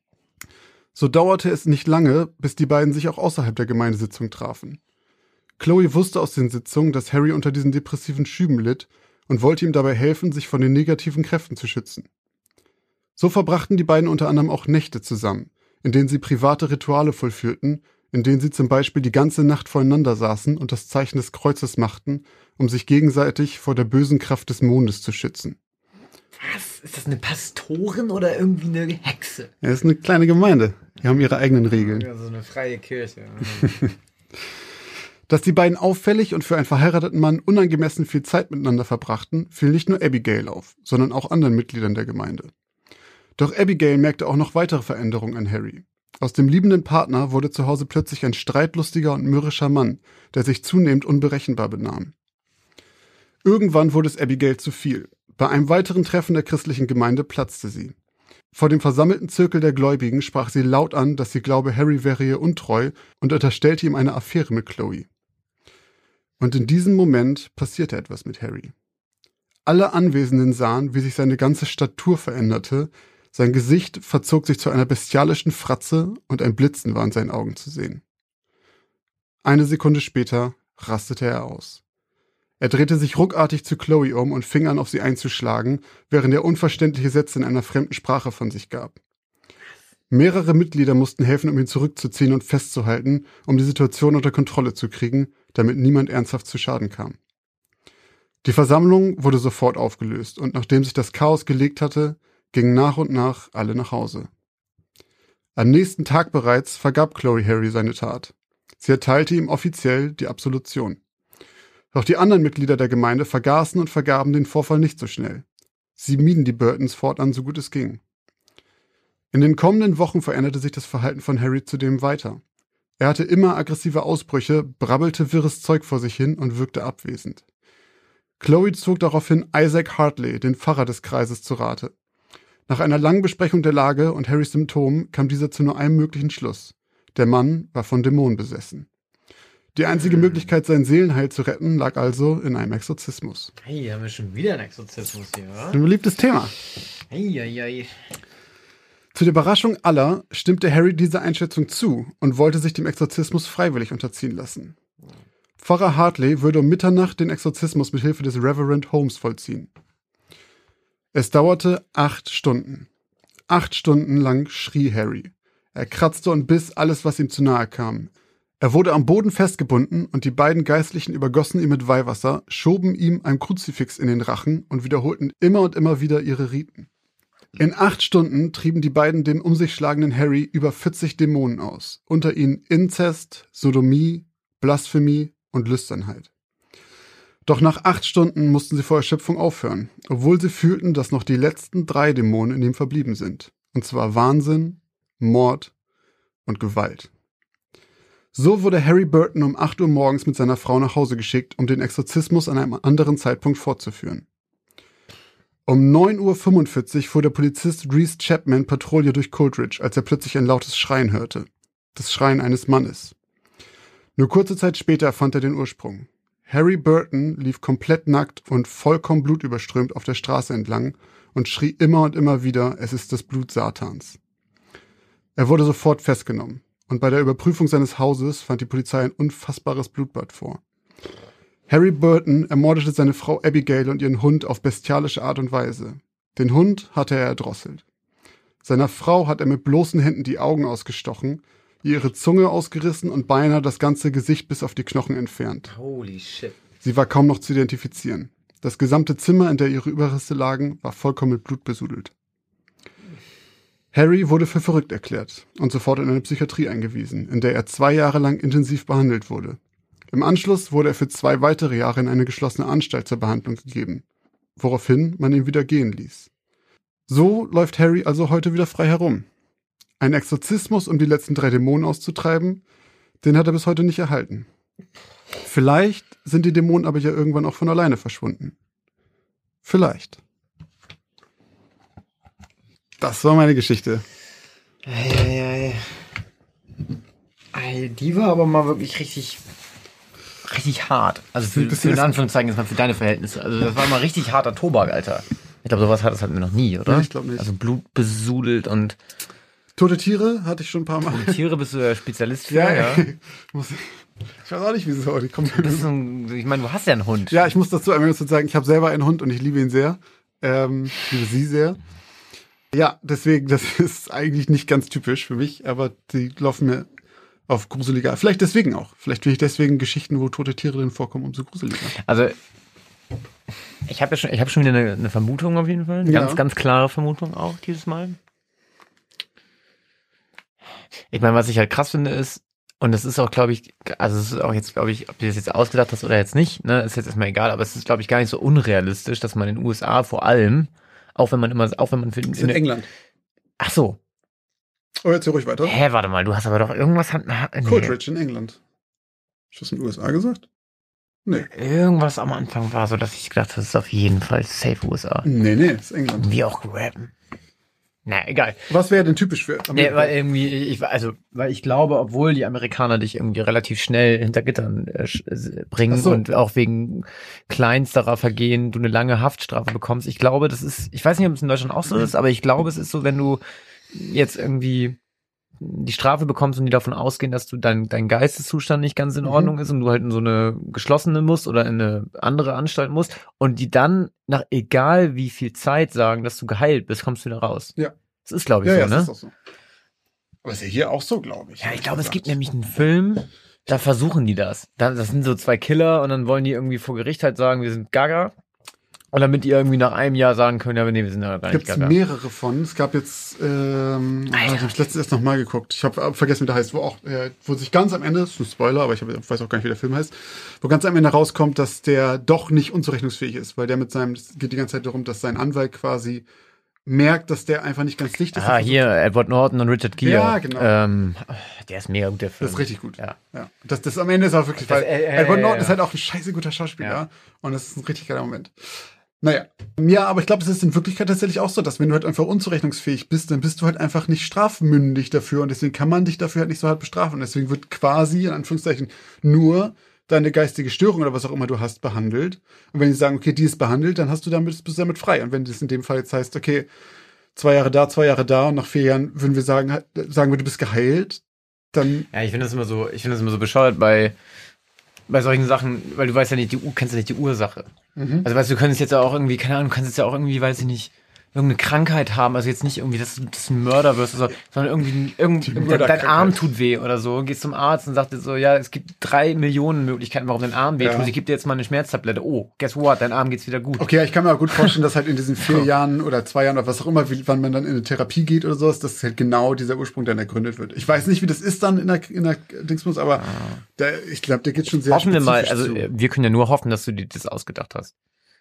So dauerte es nicht lange, bis die beiden sich auch außerhalb der Gemeindesitzung trafen. Chloe wusste aus den Sitzungen, dass Harry unter diesen depressiven Schüben litt und wollte ihm dabei helfen, sich von den negativen Kräften zu schützen. So verbrachten die beiden unter anderem auch Nächte zusammen, in denen sie private Rituale vollführten, in denen sie zum Beispiel die ganze Nacht voreinander saßen und das Zeichen des Kreuzes machten, um sich gegenseitig vor der bösen Kraft des Mondes zu schützen. Was? Ist das eine Pastorin oder irgendwie eine Hexe? Ja, das ist eine kleine Gemeinde. Die haben ihre eigenen Regeln. Ja, so eine freie Kirche. Dass die beiden auffällig und für einen verheirateten Mann unangemessen viel Zeit miteinander verbrachten, fiel nicht nur Abigail auf, sondern auch anderen Mitgliedern der Gemeinde. Doch Abigail merkte auch noch weitere Veränderungen an Harry. Aus dem liebenden Partner wurde zu Hause plötzlich ein streitlustiger und mürrischer Mann, der sich zunehmend unberechenbar benahm. Irgendwann wurde es Abigail zu viel. Bei einem weiteren Treffen der christlichen Gemeinde platzte sie. Vor dem versammelten Zirkel der Gläubigen sprach sie laut an, dass sie glaube, Harry wäre ihr untreu und unterstellte ihm eine Affäre mit Chloe. Und in diesem Moment passierte etwas mit Harry. Alle Anwesenden sahen, wie sich seine ganze Statur veränderte, sein Gesicht verzog sich zu einer bestialischen Fratze und ein Blitzen war in seinen Augen zu sehen. Eine Sekunde später rastete er aus. Er drehte sich ruckartig zu Chloe um und fing an, auf sie einzuschlagen, während er unverständliche Sätze in einer fremden Sprache von sich gab. Mehrere Mitglieder mussten helfen, um ihn zurückzuziehen und festzuhalten, um die Situation unter Kontrolle zu kriegen, damit niemand ernsthaft zu Schaden kam. Die Versammlung wurde sofort aufgelöst und nachdem sich das Chaos gelegt hatte, gingen nach und nach alle nach Hause. Am nächsten Tag bereits vergab Chloe Harry seine Tat. Sie erteilte ihm offiziell die Absolution. Doch die anderen Mitglieder der Gemeinde vergaßen und vergaben den Vorfall nicht so schnell. Sie mieden die Burtons fortan so gut es ging. In den kommenden Wochen veränderte sich das Verhalten von Harry zudem weiter. Er hatte immer aggressive Ausbrüche, brabbelte wirres Zeug vor sich hin und wirkte abwesend. Chloe zog daraufhin Isaac Hartley, den Pfarrer des Kreises, zu Rate. Nach einer langen Besprechung der Lage und Harrys Symptomen kam dieser zu nur einem möglichen Schluss. Der Mann war von Dämonen besessen. Die einzige Möglichkeit, sein Seelenheil zu retten, lag also in einem Exorzismus. Hey, haben wir schon wieder einen Exorzismus hier, wa? Ein beliebtes Thema. Hey, hey, hey. Zu der Überraschung aller stimmte Harry dieser Einschätzung zu und wollte sich dem Exorzismus freiwillig unterziehen lassen. Pfarrer Hartley würde um Mitternacht den Exorzismus mit Hilfe des Reverend Holmes vollziehen. Es dauerte acht Stunden. Acht Stunden lang schrie Harry. Er kratzte und biss alles, was ihm zu nahe kam. Er wurde am Boden festgebunden und die beiden Geistlichen übergossen ihn mit Weihwasser, schoben ihm ein Kruzifix in den Rachen und wiederholten immer und immer wieder ihre Riten. In acht Stunden trieben die beiden den um sich schlagenden Harry über vierzig Dämonen aus, unter ihnen Inzest, Sodomie, Blasphemie und Lüsternheit. Doch nach acht Stunden mussten sie vor Erschöpfung aufhören, obwohl sie fühlten, dass noch die letzten drei Dämonen in ihm verblieben sind, und zwar Wahnsinn, Mord und Gewalt. So wurde Harry Burton um acht Uhr morgens mit seiner Frau nach Hause geschickt, um den Exorzismus an einem anderen Zeitpunkt fortzuführen. Um neun Uhr fünfundvierzig fuhr der Polizist Reese Chapman Patrouille durch Coldridge, als er plötzlich ein lautes Schreien hörte. Das Schreien eines Mannes. Nur kurze Zeit später fand er den Ursprung. Harry Burton lief komplett nackt und vollkommen blutüberströmt auf der Straße entlang und schrie immer und immer wieder, es ist das Blut Satans. Er wurde sofort festgenommen und bei der Überprüfung seines Hauses fand die Polizei ein unfassbares Blutbad vor. Harry Burton ermordete seine Frau Abigail und ihren Hund auf bestialische Art und Weise. Den Hund hatte er erdrosselt. Seiner Frau hat er mit bloßen Händen die Augen ausgestochen, ihre Zunge ausgerissen und beinahe das ganze Gesicht bis auf die Knochen entfernt. Holy shit. Sie war kaum noch zu identifizieren. Das gesamte Zimmer, in der ihre Überreste lagen, war vollkommen mit Blut besudelt. Harry wurde für verrückt erklärt und sofort in eine Psychiatrie eingewiesen, in der er zwei Jahre lang intensiv behandelt wurde. Im Anschluss wurde er für zwei weitere Jahre in eine geschlossene Anstalt zur Behandlung gegeben, woraufhin man ihn wieder gehen ließ. So läuft Harry also heute wieder frei herum. Ein Exorzismus, um die letzten drei Dämonen auszutreiben, den hat er bis heute nicht erhalten. Vielleicht sind die Dämonen aber ja irgendwann auch von alleine verschwunden. Vielleicht. Das war meine Geschichte. Ei, ei, ei. Ei, die war aber mal wirklich richtig, richtig hart. Also für, für in Anführungszeichen jetzt mal für deine Verhältnisse. Also das war mal richtig harter Tobak, Alter. Ich glaube, sowas hat das hatten wir noch nie, oder? Ja, ich glaube nicht. Also blutbesudelt und Tote Tiere hatte ich schon ein paar Mal. Tote Tiere bist du der Spezialist für, ja. ja. Ich weiß auch nicht, wieso. Die kommen Du bist ein, ich meine, du hast ja einen Hund. Ja, ich muss dazu einmal sagen, ich habe selber einen Hund und ich liebe ihn sehr. Ähm, ich liebe sie sehr. Ja, deswegen, das ist eigentlich nicht ganz typisch für mich, aber die laufen mir auf gruseliger. Vielleicht deswegen auch. Vielleicht will ich deswegen Geschichten, wo tote Tiere drin vorkommen, umso gruseliger. Also, ich habe ja schon, ich habe schon wieder eine, eine Vermutung auf jeden Fall. Eine Ja. ganz, ganz klare Vermutung auch dieses Mal. Ich meine, was ich halt krass finde ist, und das ist auch, glaube ich, also es ist auch jetzt, glaube ich, ob du das jetzt ausgedacht hast oder jetzt nicht, ne, ist jetzt erstmal egal, aber es ist, glaube ich, gar nicht so unrealistisch, dass man in den U S A vor allem, auch wenn man immer, auch wenn man für Das ist in England. Ach so. Oh, jetzt hier ruhig weiter. Hä, warte mal, du hast aber doch irgendwas, hat, nee. Coldridge in England. Hast du das in den U S A gesagt? Nee. Irgendwas am Anfang war so, dass ich gedacht habe, das ist auf jeden Fall safe U S A. Nee, nee, das ist England. Wie auch rappen. Na, egal. Was wäre denn typisch für Amerika? Nee, weil irgendwie, ich, also, weil ich glaube, obwohl die Amerikaner dich irgendwie relativ schnell hinter Gittern äh, bringen Ach so. und auch wegen kleinsterer Vergehen du eine lange Haftstrafe bekommst, ich glaube, das ist, ich weiß nicht, ob es in Deutschland auch so ist, aber ich glaube, es ist so, wenn du jetzt irgendwie die Strafe bekommst und die davon ausgehen, dass du dein, dein Geisteszustand nicht ganz in Ordnung Mhm. ist und du halt in so eine geschlossene musst oder in eine andere Anstalt musst und die dann nach egal wie viel Zeit sagen, dass du geheilt bist, kommst du wieder raus. Ja. Das ist, glaube ich, Ja, so, ja, ne? das ist auch so. Aber ist ja hier auch so, glaube ich. Ja, ich glaube, es gibt nämlich einen Film, da versuchen die das. Da- Das sind so zwei Killer und dann wollen die irgendwie vor Gericht halt sagen, wir sind Gaga. Und damit die irgendwie nach einem Jahr sagen können, ja, nee, wir sind ja gar nicht Gibt es Gaga. mehrere von. Es gab jetzt, ähm, Alter. ich habe letztens erst nochmal geguckt. Ich habe vergessen, wie der heißt, wo auch, äh, wo sich ganz am Ende, das ist ein Spoiler, aber ich hab, weiß auch gar nicht, wie der Film heißt, wo ganz am Ende rauskommt, dass der doch nicht unzurechnungsfähig ist, weil der mit seinem, es geht die ganze Zeit darum, dass sein Anwalt quasi merkt, dass der einfach nicht ganz dicht ist. Ah, hier, Edward Norton und Richard Gere. Ja, genau. Ähm, der ist mega gut, der Film. Das ist richtig gut. Ja. Ja. Das, das am Ende ist auch wirklich, Das- weil äh, äh, Edward äh, Norton ja. ist halt auch ein scheiße guter Schauspieler Ja. und das ist ein richtig geiler Moment. Naja. Ja, aber ich glaube, es ist in Wirklichkeit tatsächlich auch so, dass wenn du halt einfach unzurechnungsfähig bist, dann bist du halt einfach nicht strafmündig dafür und deswegen kann man dich dafür halt nicht so hart bestrafen. Und deswegen wird quasi, in Anführungszeichen, nur deine geistige Störung oder was auch immer du hast, behandelt. Und wenn die sagen, okay, die ist behandelt, dann hast du damit, bist du damit frei. Und wenn das in dem Fall jetzt heißt, okay, zwei Jahre da, zwei Jahre da und nach vier Jahren würden wir sagen, sagen wir, du bist geheilt, dann. Ja, ich finde das immer so, ich finde das immer so bescheuert bei, bei solchen Sachen, weil du weißt ja nicht, die, kennst ja nicht die Ursache. Mhm. Also weißt du, du könntest jetzt ja auch irgendwie, keine Ahnung, du kannst jetzt ja auch irgendwie, weiß ich nicht, irgendeine Krankheit haben, also jetzt nicht irgendwie, dass du, dass du ein Mörder wirst, oder, sondern irgendwie, irgendwie dein Arm tut weh oder so, gehst zum Arzt und sagst dir so, ja, es gibt drei Millionen Möglichkeiten, warum dein Arm weh tut, ja. Ich gebe dir jetzt mal eine Schmerztablette, oh, guess what, dein Arm geht's wieder gut. Okay, ich kann mir auch gut vorstellen, dass halt in diesen vier Jahren oder zwei Jahren oder was auch immer, wie, wann man dann in eine Therapie geht oder sowas, dass halt genau dieser Ursprung dann ergründet wird. Ich weiß nicht, wie das ist dann in der, in der Dingsbums, aber ja. der, ich glaube, der geht schon sehr hoffen wir mal, also zu. Wir können ja nur hoffen, dass du dir das ausgedacht hast.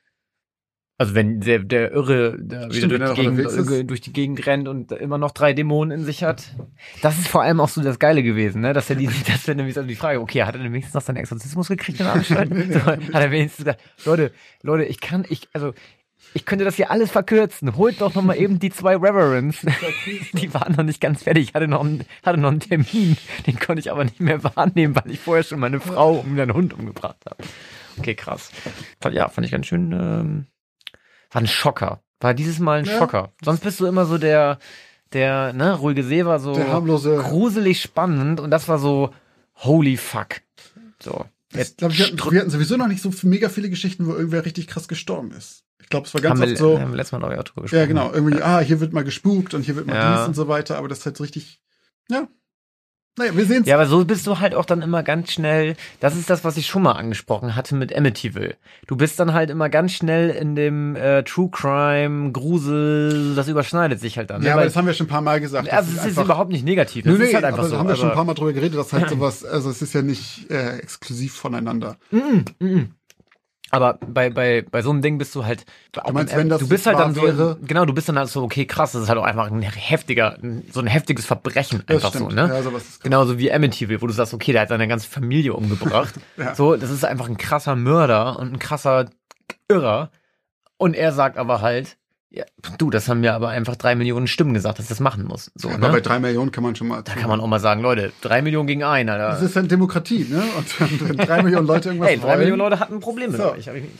Also wenn der, der Irre der Stimmt, wieder durch die, Gegend, durch die Gegend rennt und immer noch drei Dämonen in sich hat. Das ist vor allem auch so das Geile gewesen, ne? Dass er die, das wäre nämlich so die Frage, okay, hat er denn wenigstens noch seinen Exorzismus gekriegt in der Anstalt? So, hat er wenigstens gesagt, Leute, Leute, ich kann, ich, also, ich könnte das hier alles verkürzen. Holt doch noch mal eben die zwei Reverends. Die waren noch nicht ganz fertig. Ich hatte noch einen, hatte noch einen Termin. Den konnte ich aber nicht mehr wahrnehmen, weil ich vorher schon meine Frau und meinen Hund umgebracht habe. Okay, krass. Ja, fand ich ganz schön, ähm, war ein Schocker. War dieses Mal ein ja. Schocker. Sonst bist du immer so der, der, ne, ruhige See war so der harmlose, gruselig spannend und das war so holy fuck. So. Ich glaube, wir, wir hatten sowieso noch nicht so mega viele Geschichten, wo irgendwer richtig krass gestorben ist. Ich glaube, es war ganz haben oft wir, so. Haben wir letztes Mal noch drüber gesprochen. Ja, genau. Irgendwie, ja. ah, hier wird mal gespukt und hier wird mal ja. dies und so weiter, aber das ist halt so richtig, ja. Naja, wir sehen's. Ja, aber so bist du halt auch dann immer ganz schnell, das ist das, was ich schon mal angesprochen hatte mit Amityville. Du bist dann halt immer ganz schnell in dem äh, True Crime, Grusel, das überschneidet sich halt dann. Ja, ne? aber das haben wir schon ein paar Mal gesagt. Also es ist, ist überhaupt nicht negativ, das nö, ist nee, halt einfach aber so. haben wir aber schon ein paar Mal drüber geredet, dass halt sowas, also es ist ja nicht äh, exklusiv voneinander. Mm, mm. Aber bei, bei, bei so einem Ding bist du halt, du meinst, wenn das du bist halt dann so, wäre, genau, du bist dann halt so, okay, krass, das ist halt auch einfach ein heftiger, so ein heftiges Verbrechen einfach so, ne? Ja, sowas ist genauso wie Amityville, wo du sagst, okay, der hat seine ganze Familie umgebracht. ja. So, das ist einfach ein krasser Mörder und ein krasser Irrer. Und er sagt aber halt, ja, du, das haben mir aber einfach drei Millionen Stimmen gesagt, dass das machen muss. So, ja, ne? Aber bei drei Millionen kann man schon mal. Da kann man auch mal sagen, Leute, drei Millionen gegen einen, Alter. Das ist dann Demokratie, ne? Und wenn drei Millionen Leute irgendwas Hey, drei wollen, Millionen Leute hatten ein Problem mit so. euch. Ich,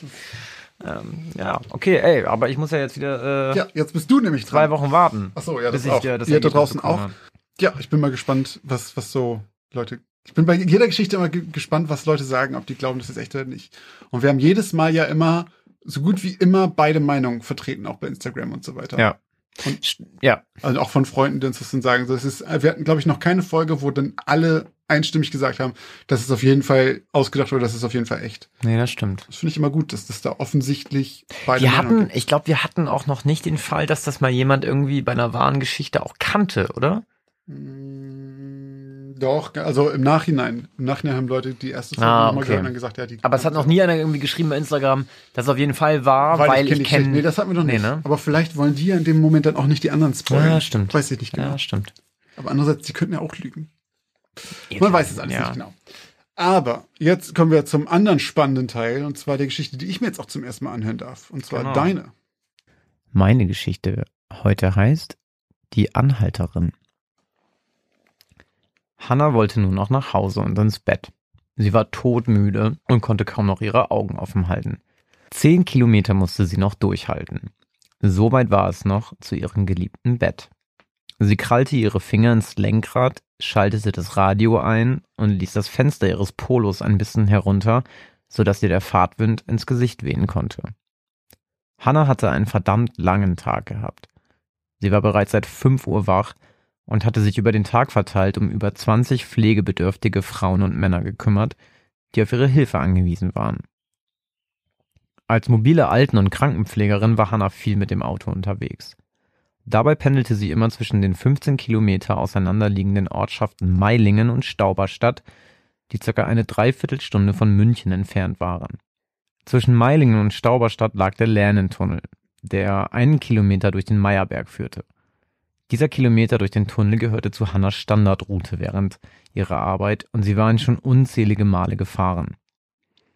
ähm, ja, okay, ey, aber ich muss ja jetzt wieder äh, ja, jetzt bist du nämlich zwei dran. Wochen warten. Ach so, ja, das bis auch. Ich, äh, das Ihr da draußen auch. habe. Ja, ich bin mal gespannt, was, was so Leute. Ich bin bei jeder Geschichte immer ge- gespannt, was Leute sagen, ob die glauben, das ist echt oder nicht. Und wir haben jedes Mal ja immer, so gut wie immer, beide Meinungen vertreten, auch bei Instagram und so weiter. Ja. Und ja. Also auch von Freunden, die uns das dann sagen. So, es ist, wir hatten, glaube ich, noch keine Folge, wo dann alle einstimmig gesagt haben, das ist auf jeden Fall ausgedacht oder das ist auf jeden Fall echt. Nee, das stimmt. Das finde ich immer gut, dass das da offensichtlich beide wir Meinungen hatten, gibt. Ich glaube, wir hatten auch noch nicht den Fall, dass das mal jemand irgendwie bei einer wahren Geschichte auch kannte, oder? Doch, also im Nachhinein. Im Nachhinein haben Leute die erste Folge ah, nochmal okay. gehört und dann gesagt, ja, die. Aber es hat noch nie einer irgendwie geschrieben bei Instagram, dass es auf jeden Fall war, weil, weil ich, ich kenne. Nee, das hatten wir noch nee, nicht. Ne? Aber vielleicht wollen die ja in dem Moment dann auch nicht die anderen spoilern. Ja, stimmt. Weiß ich nicht genau. Ja, stimmt. Aber andererseits, die könnten ja auch lügen. Jetzt Man weiß es alles ja. nicht genau. Aber jetzt kommen wir zum anderen spannenden Teil, und zwar der Geschichte, die ich mir jetzt auch zum ersten Mal anhören darf. Und zwar genau. deine. Meine Geschichte heute heißt Die Anhalterin. Hannah wollte nun auch nach Hause und ins Bett. Sie war todmüde und konnte kaum noch ihre Augen offen halten. Zehn Kilometer musste sie noch durchhalten. Soweit war es noch zu ihrem geliebten Bett. Sie krallte ihre Finger ins Lenkrad, schaltete das Radio ein und ließ das Fenster ihres Polos ein bisschen herunter, sodass ihr der Fahrtwind ins Gesicht wehen konnte. Hannah hatte einen verdammt langen Tag gehabt. Sie war bereits seit fünf Uhr wach und hatte sich über den Tag verteilt um über zwanzig pflegebedürftige Frauen und Männer gekümmert, die auf ihre Hilfe angewiesen waren. Als mobile Alten- und Krankenpflegerin war Hannah viel mit dem Auto unterwegs. Dabei pendelte sie immer zwischen den fünfzehn Kilometer auseinanderliegenden Ortschaften Meilingen und Stauberstadt, die circa eine Dreiviertelstunde von München entfernt waren. Zwischen Meilingen und Stauberstadt lag der Länentunnel, der einen Kilometer durch den Meierberg führte. Dieser Kilometer durch den Tunnel gehörte zu Hannahs Standardroute während ihrer Arbeit und sie war ihn schon unzählige Male gefahren.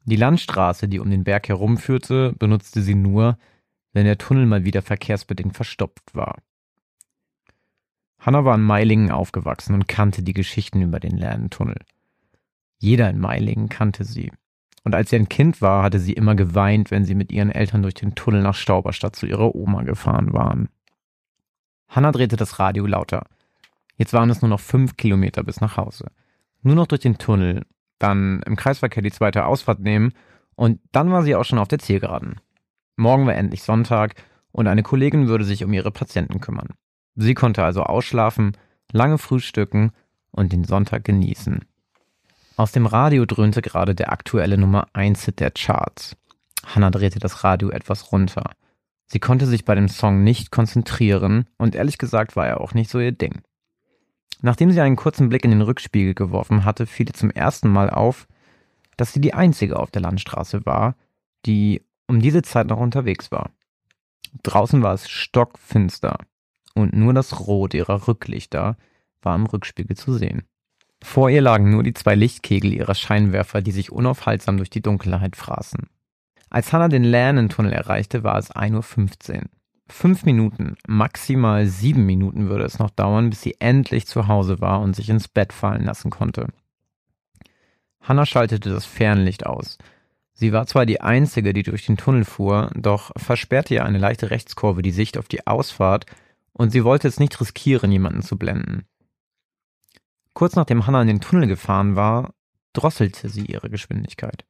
Die Landstraße, die um den Berg herumführte, benutzte sie nur, wenn der Tunnel mal wieder verkehrsbedingt verstopft war. Hannah war in Meilingen aufgewachsen und kannte die Geschichten über den leeren Tunnel. Jeder in Meilingen kannte sie. Und als sie ein Kind war, hatte sie immer geweint, wenn sie mit ihren Eltern durch den Tunnel nach Stauberstadt zu ihrer Oma gefahren waren. Hannah drehte das Radio lauter. Jetzt waren es nur noch fünf Kilometer bis nach Hause. Nur noch durch den Tunnel, dann im Kreisverkehr die zweite Ausfahrt nehmen und dann war sie auch schon auf der Zielgeraden. Morgen war endlich Sonntag und eine Kollegin würde sich um ihre Patienten kümmern. Sie konnte also ausschlafen, lange frühstücken und den Sonntag genießen. Aus dem Radio dröhnte gerade der aktuelle Nummer eins Hit der Charts. Hannah drehte das Radio etwas runter. Sie konnte sich bei dem Song nicht konzentrieren und ehrlich gesagt war er auch nicht so ihr Ding. Nachdem sie einen kurzen Blick in den Rückspiegel geworfen hatte, fiel ihr zum ersten Mal auf, dass sie die einzige auf der Landstraße war, die um diese Zeit noch unterwegs war. Draußen war es stockfinster und nur das Rot ihrer Rücklichter war im Rückspiegel zu sehen. Vor ihr lagen nur die zwei Lichtkegel ihrer Scheinwerfer, die sich unaufhaltsam durch die Dunkelheit fraßen. Als Hannah den Länentunnel erreichte, war es ein Uhr fünfzehn. Fünf Minuten, maximal sieben Minuten würde es noch dauern, bis sie endlich zu Hause war und sich ins Bett fallen lassen konnte. Hannah schaltete das Fernlicht aus. Sie war zwar die Einzige, die durch den Tunnel fuhr, doch versperrte ihr eine leichte Rechtskurve die Sicht auf die Ausfahrt und sie wollte es nicht riskieren, jemanden zu blenden. Kurz nachdem Hannah in den Tunnel gefahren war, drosselte sie ihre Geschwindigkeit.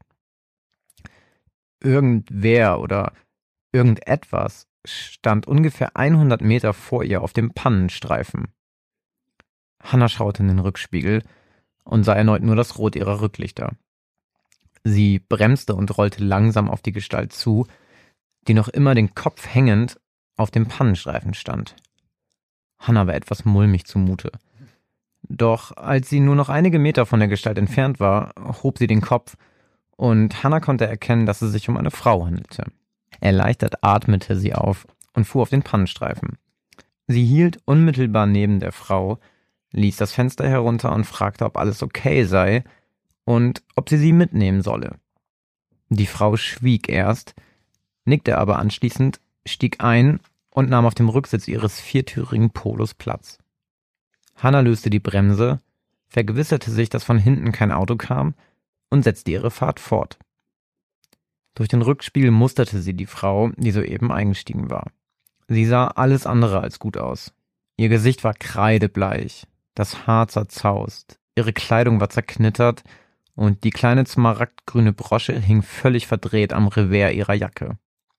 Irgendwer oder irgendetwas stand ungefähr hundert Meter vor ihr auf dem Pannenstreifen. Hannah schaute in den Rückspiegel und sah erneut nur das Rot ihrer Rücklichter. Sie bremste und rollte langsam auf die Gestalt zu, die noch immer den Kopf hängend auf dem Pannenstreifen stand. Hannah war etwas mulmig zumute. Doch als sie nur noch einige Meter von der Gestalt entfernt war, hob sie den Kopf und Hannah konnte erkennen, dass es sich um eine Frau handelte. Erleichtert atmete sie auf und fuhr auf den Pannenstreifen. Sie hielt unmittelbar neben der Frau, ließ das Fenster herunter und fragte, ob alles okay sei und ob sie sie mitnehmen solle. Die Frau schwieg erst, nickte aber anschließend, stieg ein und nahm auf dem Rücksitz ihres viertürigen Polos Platz. Hannah löste die Bremse, vergewisserte sich, dass von hinten kein Auto kam und setzte ihre Fahrt fort. Durch den Rückspiegel musterte sie die Frau, die soeben eingestiegen war. Sie sah alles andere als gut aus. Ihr Gesicht war kreidebleich, das Haar zerzaust, ihre Kleidung war zerknittert und die kleine smaragdgrüne Brosche hing völlig verdreht am Revers ihrer Jacke.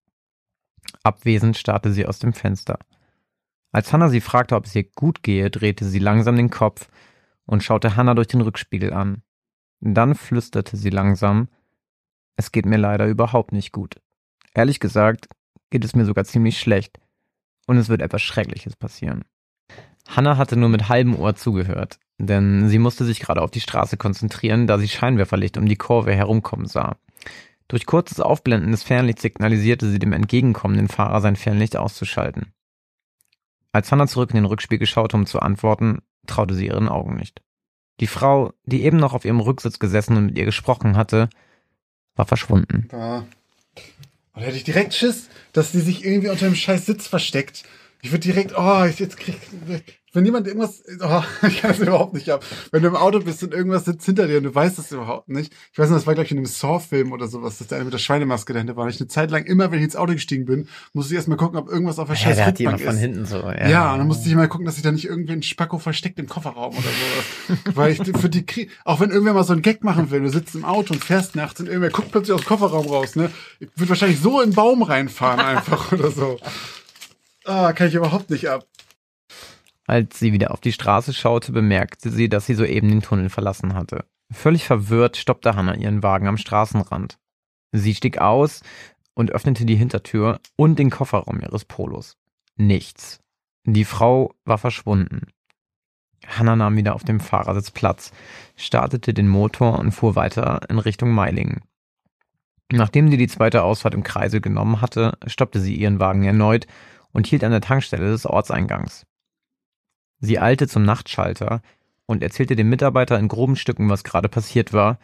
Abwesend starrte sie aus dem Fenster. Als Hannah sie fragte, ob es ihr gut gehe, drehte sie langsam den Kopf und schaute Hannah durch den Rückspiegel an. Dann flüsterte sie langsam: Es geht mir leider überhaupt nicht gut. Ehrlich gesagt geht es mir sogar ziemlich schlecht und es wird etwas Schreckliches passieren. Hannah hatte nur mit halbem Ohr zugehört, denn sie musste sich gerade auf die Straße konzentrieren, da sie Scheinwerferlicht um die Kurve herumkommen sah. Durch kurzes Aufblenden des Fernlichts signalisierte sie dem entgegenkommenden Fahrer, sein Fernlicht auszuschalten. Als Hannah zurück in den Rückspiegel schaute, um zu antworten, traute sie ihren Augen nicht. Die Frau, die eben noch auf ihrem Rücksitz gesessen und mit ihr gesprochen hatte, war verschwunden. Da, da hätte ich direkt Schiss, dass die sich irgendwie unter dem scheiß Sitz versteckt. Ich würde direkt, oh, ich jetzt krieg, wenn jemand irgendwas, oh, ich kann das überhaupt nicht ab. Wenn du im Auto bist und irgendwas sitzt hinter dir und du weißt das überhaupt nicht. Ich weiß nicht, das war gleich in einem Saw-Film oder sowas, dass der eine mit der Schweinemaske dahinter war. Und ich eine Zeit lang, immer wenn ich ins Auto gestiegen bin, musste ich erstmal gucken, ob irgendwas auf der Ja, scheiß der hat die Rückbank immer von ist. hinten so. Ja, Ja, und dann musste ich mal gucken, dass sich da nicht irgendwie ein Spacko versteckt im Kofferraum oder sowas. Weil ich für die, Krie- auch wenn irgendwer mal so einen Gag machen will, du sitzt im Auto und fährst nachts und irgendwer guckt plötzlich aus dem Kofferraum raus, ne? Ich würde wahrscheinlich so in den Baum reinfahren einfach oder so. Ah, kann ich überhaupt nicht ab. Als sie wieder auf die Straße schaute, bemerkte sie, dass sie soeben den Tunnel verlassen hatte. Völlig verwirrt stoppte Hannah ihren Wagen am Straßenrand. Sie stieg aus und öffnete die Hintertür und den Kofferraum ihres Polos. Nichts. Die Frau war verschwunden. Hannah nahm wieder auf dem Fahrersitz Platz, startete den Motor und fuhr weiter in Richtung Meilingen. Nachdem sie die zweite Ausfahrt im Kreisel genommen hatte, stoppte sie ihren Wagen erneut und hielt an der Tankstelle des Ortseingangs. Sie eilte zum Nachtschalter und erzählte dem Mitarbeiter in groben Stücken, was gerade passiert war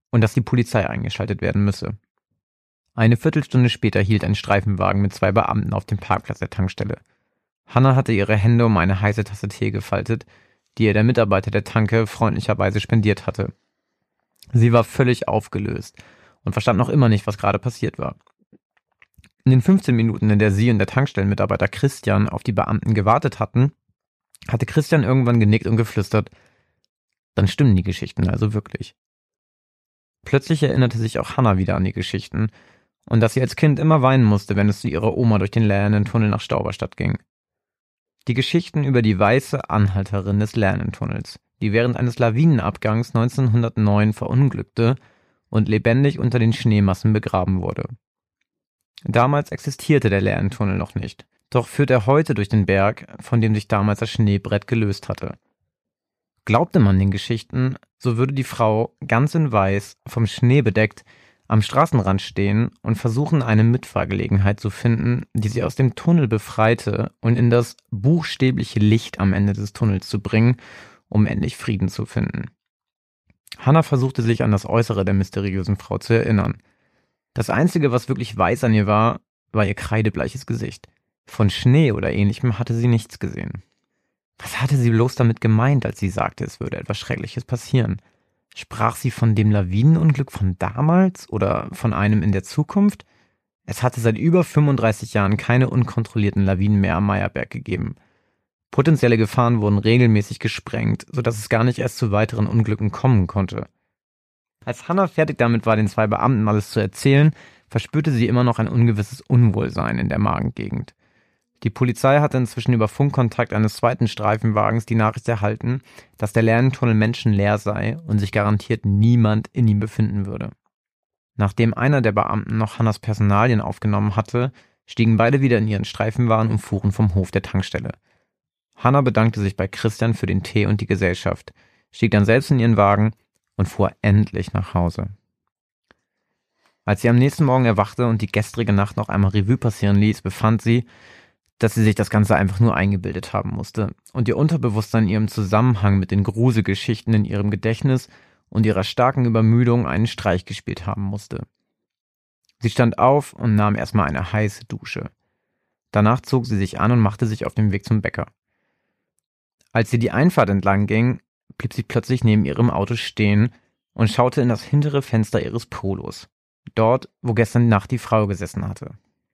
und dass die Polizei eingeschaltet werden müsse. Eine Viertelstunde später hielt ein Streifenwagen mit zwei Beamten auf dem Parkplatz der Tankstelle. Hannah hatte ihre Hände um eine heiße Tasse Tee gefaltet, die ihr der Mitarbeiter der Tanke freundlicherweise spendiert hatte. Sie war völlig aufgelöst und verstand noch immer nicht, was gerade passiert war. In den fünfzehn Minuten, in der sie und der Tankstellenmitarbeiter Christian auf die Beamten gewartet hatten, hatte Christian irgendwann genickt und geflüstert, dann stimmen die Geschichten also wirklich. Plötzlich erinnerte sich auch Hannah wieder an die Geschichten und dass sie als Kind immer weinen musste, wenn es zu ihrer Oma durch den Lernentunnel nach Stauberstadt ging. Die Geschichten über die weiße Anhalterin des Lernentunnels, die während eines Lawinenabgangs neunzehnhundertneun verunglückte und lebendig unter den Schneemassen begraben wurde. Damals existierte der Lernentunnel noch nicht, doch führt er heute durch den Berg, von dem sich damals das Schneebrett gelöst hatte. Glaubte man den Geschichten, so würde die Frau, ganz in weiß, vom Schnee bedeckt, am Straßenrand stehen und versuchen, eine Mitfahrgelegenheit zu finden, die sie aus dem Tunnel befreite und in das buchstäbliche Licht am Ende des Tunnels zu bringen, um endlich Frieden zu finden. Hannah versuchte sich an das Äußere der mysteriösen Frau zu erinnern. Das Einzige, was wirklich weiß an ihr war, war ihr kreidebleiches Gesicht. Von Schnee oder Ähnlichem hatte sie nichts gesehen. Was hatte sie bloß damit gemeint, als sie sagte, es würde etwas Schreckliches passieren? Sprach sie von dem Lawinenunglück von damals oder von einem in der Zukunft? Es hatte seit über fünfunddreißig Jahren keine unkontrollierten Lawinen mehr am Meierberg gegeben. Potenzielle Gefahren wurden regelmäßig gesprengt, sodass es gar nicht erst zu weiteren Unglücken kommen konnte. Als Hannah fertig damit war, den zwei Beamten alles zu erzählen, verspürte sie immer noch ein ungewisses Unwohlsein in der Magengegend. Die Polizei hatte inzwischen über Funkkontakt eines zweiten Streifenwagens die Nachricht erhalten, dass der Lerntunnel menschenleer sei und sich garantiert niemand in ihm befinden würde. Nachdem einer der Beamten noch Hannahs Personalien aufgenommen hatte, stiegen beide wieder in ihren Streifenwagen und fuhren vom Hof der Tankstelle. Hannah bedankte sich bei Christian für den Tee und die Gesellschaft, stieg dann selbst in ihren Wagen und fuhr endlich nach Hause. Als sie am nächsten Morgen erwachte und die gestrige Nacht noch einmal Revue passieren ließ, befand sie, dass sie sich das Ganze einfach nur eingebildet haben musste und ihr Unterbewusstsein ihrem Zusammenhang mit den Gruselgeschichten in ihrem Gedächtnis und ihrer starken Übermüdung einen Streich gespielt haben musste. Sie stand auf und nahm erstmal eine heiße Dusche. Danach zog sie sich an und machte sich auf den Weg zum Bäcker. Als sie die Einfahrt entlang ging, blieb sie plötzlich neben ihrem Auto stehen und schaute in das hintere Fenster ihres Polos, dort, wo gestern Nacht die Frau gesessen hatte.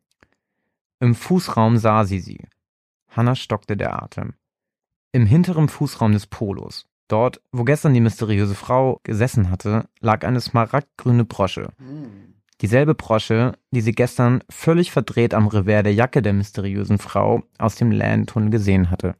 Im Fußraum sah sie sie. Hannah stockte der Atem. Im hinteren Fußraum des Polos, dort, wo gestern die mysteriöse Frau gesessen hatte, lag eine smaragdgrüne Brosche. Dieselbe Brosche, die sie gestern völlig verdreht am Revers der Jacke der mysteriösen Frau aus dem Lerntunnel gesehen hatte.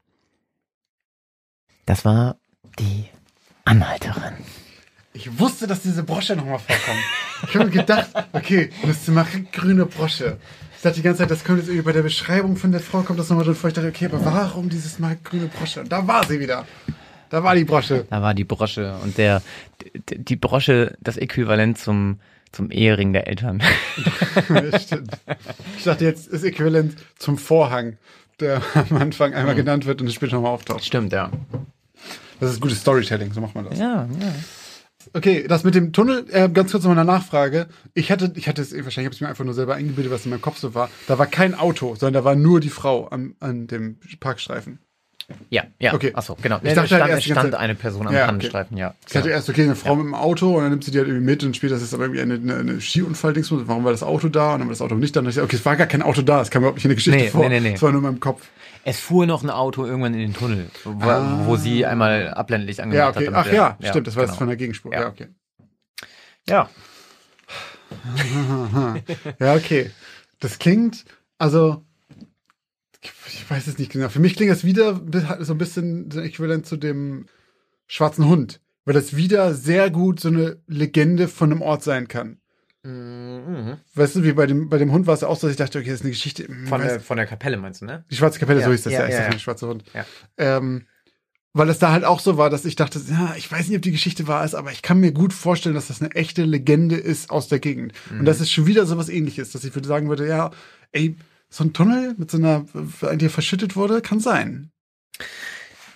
Das war die Anhalterin. Ich wusste, dass diese Brosche nochmal vorkommt. Ich habe mir gedacht, okay, eine smaragdgrüne Brosche. Ich dachte die ganze Zeit, das kommt jetzt irgendwie bei der Beschreibung von der Frau, kommt das nochmal drin vor. Ich dachte, okay, aber warum diese smaragdgrüne Brosche? Und da war sie wieder. Da war die Brosche. Da war die Brosche und der, die, die Brosche, das Äquivalent zum, zum Ehering der Eltern. Ja, stimmt. Ich dachte jetzt, das Äquivalent zum Vorhang, der am Anfang einmal mhm. genannt wird und später nochmal auftaucht. Stimmt, ja. Das ist gutes Storytelling, so macht man das. Ja, ja. Okay, das mit dem Tunnel, äh, ganz kurz noch mal eine Nachfrage. Ich hatte, ich hatte es, wahrscheinlich habe ich mir einfach nur selber eingebildet, was in meinem Kopf so war. Da war kein Auto, sondern da war nur die Frau an, an dem Parkstreifen. Ja, ja. Okay. Achso, genau. Ich dachte stand, halt erst es stand eine Person am ja, Pannenstreifen, okay. ja. Ich dachte ja. erst, okay, eine Frau ja. mit dem Auto und dann nimmt sie die halt irgendwie mit und später ist es aber irgendwie eine, eine, eine Skiunfall-Dingsmus. Warum war das Auto da und dann war das Auto nicht da? Und dann dachte ich, okay, es war gar kein Auto da, es kam überhaupt nicht in der Geschichte nee, vor. Nee, nee, nee. Es war nur in meinem Kopf. Es fuhr noch ein Auto irgendwann in den Tunnel, wo, ah. wo sie einmal abländlich angemacht ja, okay. hat. Ach der, ja, ja, stimmt, das war genau. jetzt von der Gegenspur. Ja, ja okay. Ja. Ja, okay. Das klingt, also, ich weiß es nicht genau. Für mich klingt das wieder so ein bisschen äquivalent zu dem schwarzen Hund, weil das wieder sehr gut so eine Legende von einem Ort sein kann. Mhm. Weißt du, wie bei dem, bei dem Hund war es auch so, dass ich dachte, okay, das ist eine Geschichte. Von, der, von der Kapelle meinst du, ne? Die Schwarze Kapelle, ja, so hieß das, ja, ja, ja, ist das ja. ein schwarzer Hund. Ja. Ähm, weil es da halt auch so war, dass ich dachte, ja, ich weiß nicht, ob die Geschichte wahr ist, aber ich kann mir gut vorstellen, dass das eine echte Legende ist aus der Gegend. Mhm. Und das ist schon wieder so was Ähnliches, dass ich würde sagen würde, ja, ey, so ein Tunnel mit so einer, die verschüttet wurde, kann sein.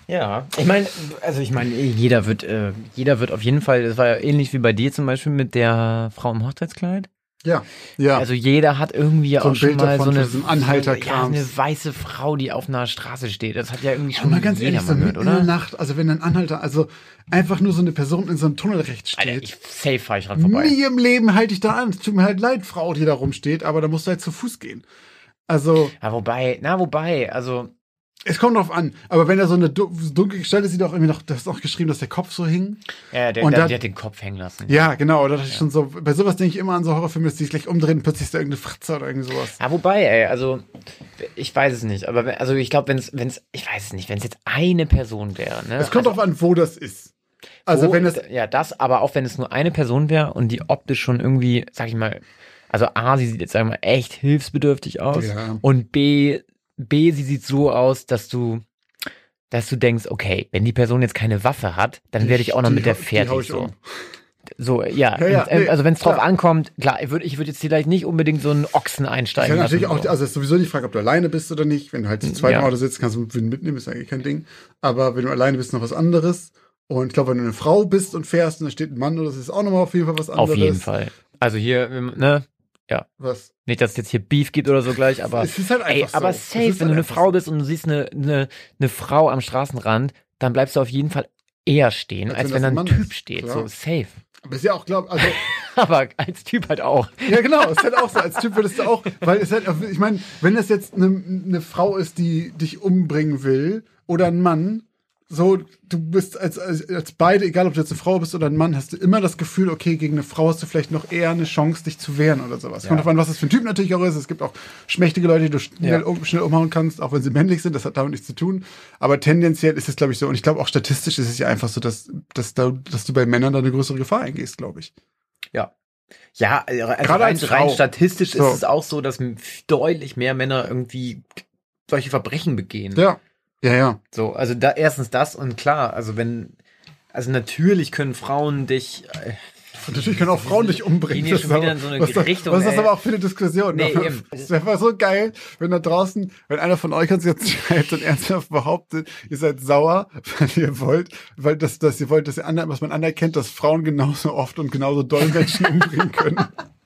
Ja, ich meine, also ich meine, jeder wird, äh, jeder wird auf jeden Fall, das war ja ähnlich wie bei dir zum Beispiel mit der Frau im Hochzeitskleid. Ja, ja. Also jeder hat irgendwie So ein auch schon Bild mal davon, so eine, so ein Anhalterkrams. ja, eine weiße Frau, die auf einer Straße steht. Das hat ja irgendwie Oh, schon mal ganz jeder ehrlich, so mal gehört, mitten in der oder? Nacht, also wenn ein Anhalter, also einfach nur so eine Person in so einem Tunnel rechts steht. Alter, ich safe fahr ich dran vorbei. Nie im Leben halte ich da an. Es tut mir halt leid, Frau, die da rumsteht, aber da musst du halt zu Fuß gehen. Also, Ja, wobei, na, wobei, also, es kommt drauf an. Aber wenn da so eine du- dunkle Gestalt ist, sieht auch irgendwie noch, das ist auch geschrieben, dass der Kopf so hing. ja, der, Und der, da- der hat den Kopf hängen lassen. Ja, genau. Oder das ist schon so, bei sowas denke ich immer an so Horrorfilme, dass die sich gleich umdrehen und plötzlich ist da irgendeine Fratze oder irgend sowas. Ja, wobei, ey, also, ich weiß es nicht, aber, wenn- also, ich glaube, wenn es, wenn es, ich weiß es nicht, wenn es jetzt eine Person wäre, ne? Es kommt also, drauf an, wo das ist. Also wo- wenn es, ja, das, aber auch wenn es nur eine Person wäre und die optisch schon irgendwie, sag ich mal, also A, sie sieht jetzt, sagen wir mal, echt hilfsbedürftig aus Ja. und B, B, sie sieht so aus, dass du, dass du denkst, okay, wenn die Person jetzt keine Waffe hat, dann werde ich auch noch die mit der hau- die hau fertig ich so. um. So, ja, Ja, ja, und, ähm, nee, also wenn es drauf klar. ankommt, klar, ich würde ich würd jetzt vielleicht nicht unbedingt so einen Ochsen einsteigen Ja, natürlich lassen. auch, so. also es ist sowieso die Frage, ob du alleine bist oder nicht. Wenn du halt zu zweit im Ja. Auto sitzt, kannst du ihn mitnehmen, ist eigentlich kein Ding. Aber wenn du alleine bist, noch was anderes. Und ich glaube, wenn du eine Frau bist und fährst und da steht ein Mann, das ist auch nochmal auf jeden Fall was anderes. Auf jeden Fall. Also hier, ähm, ne, Was? nicht, dass es jetzt hier Beef gibt oder so gleich, aber Es ist halt ey, einfach aber so. Es safe, ist wenn halt du eine einfach Frau so. bist und du siehst eine, eine, eine Frau am Straßenrand, dann bleibst du auf jeden Fall eher stehen, Als als, wenn wenn das da ein ein Mann Typ ist, steht. klar. So, safe. Aber ist ja auch, glaub, also, Aber als Typ halt auch. ja genau, ist halt auch so, als Typ würdest du auch, weil es halt, ich meine, wenn das jetzt eine, eine Frau ist, die dich umbringen will, oder ein Mann, so, du bist als, als, als beide, egal ob du jetzt eine Frau bist oder ein Mann, hast du immer das Gefühl, okay, gegen eine Frau hast du vielleicht noch eher eine Chance, dich zu wehren oder sowas. Ja. Kommt drauf an, was das für ein Typ natürlich auch ist. Es gibt auch schmächtige Leute, die du schnell, Ja. um, schnell umhauen kannst, auch wenn sie männlich sind, das hat damit nichts zu tun. Aber tendenziell ist es, glaube ich, so, und ich glaube auch statistisch ist es ja einfach so, dass, dass, da, dass du bei Männern da eine größere Gefahr eingehst, glaube ich. Ja. Ja, also Gerade rein, als Frau. rein statistisch So. ist es auch so, dass m- deutlich mehr Männer irgendwie solche Verbrechen begehen. Ja. Ja, ja. So, also da erstens das und klar, also wenn, also natürlich können Frauen dich, äh, Und natürlich können auch Frauen dich umbringen. Gehen hier Das schon ist wieder aber- in so eine was, Richtung, was ist das ey. aber auch für eine Diskussion? Nee, Ne? eben. Es wäre so geil, wenn da draußen, wenn einer von euch uns jetzt schreibt und ernsthaft behauptet, ihr seid sauer, weil ihr wollt, weil das, dass ihr wollt, dass ihr aner, was man anerkennt, dass Frauen genauso oft und genauso doll Menschen umbringen können.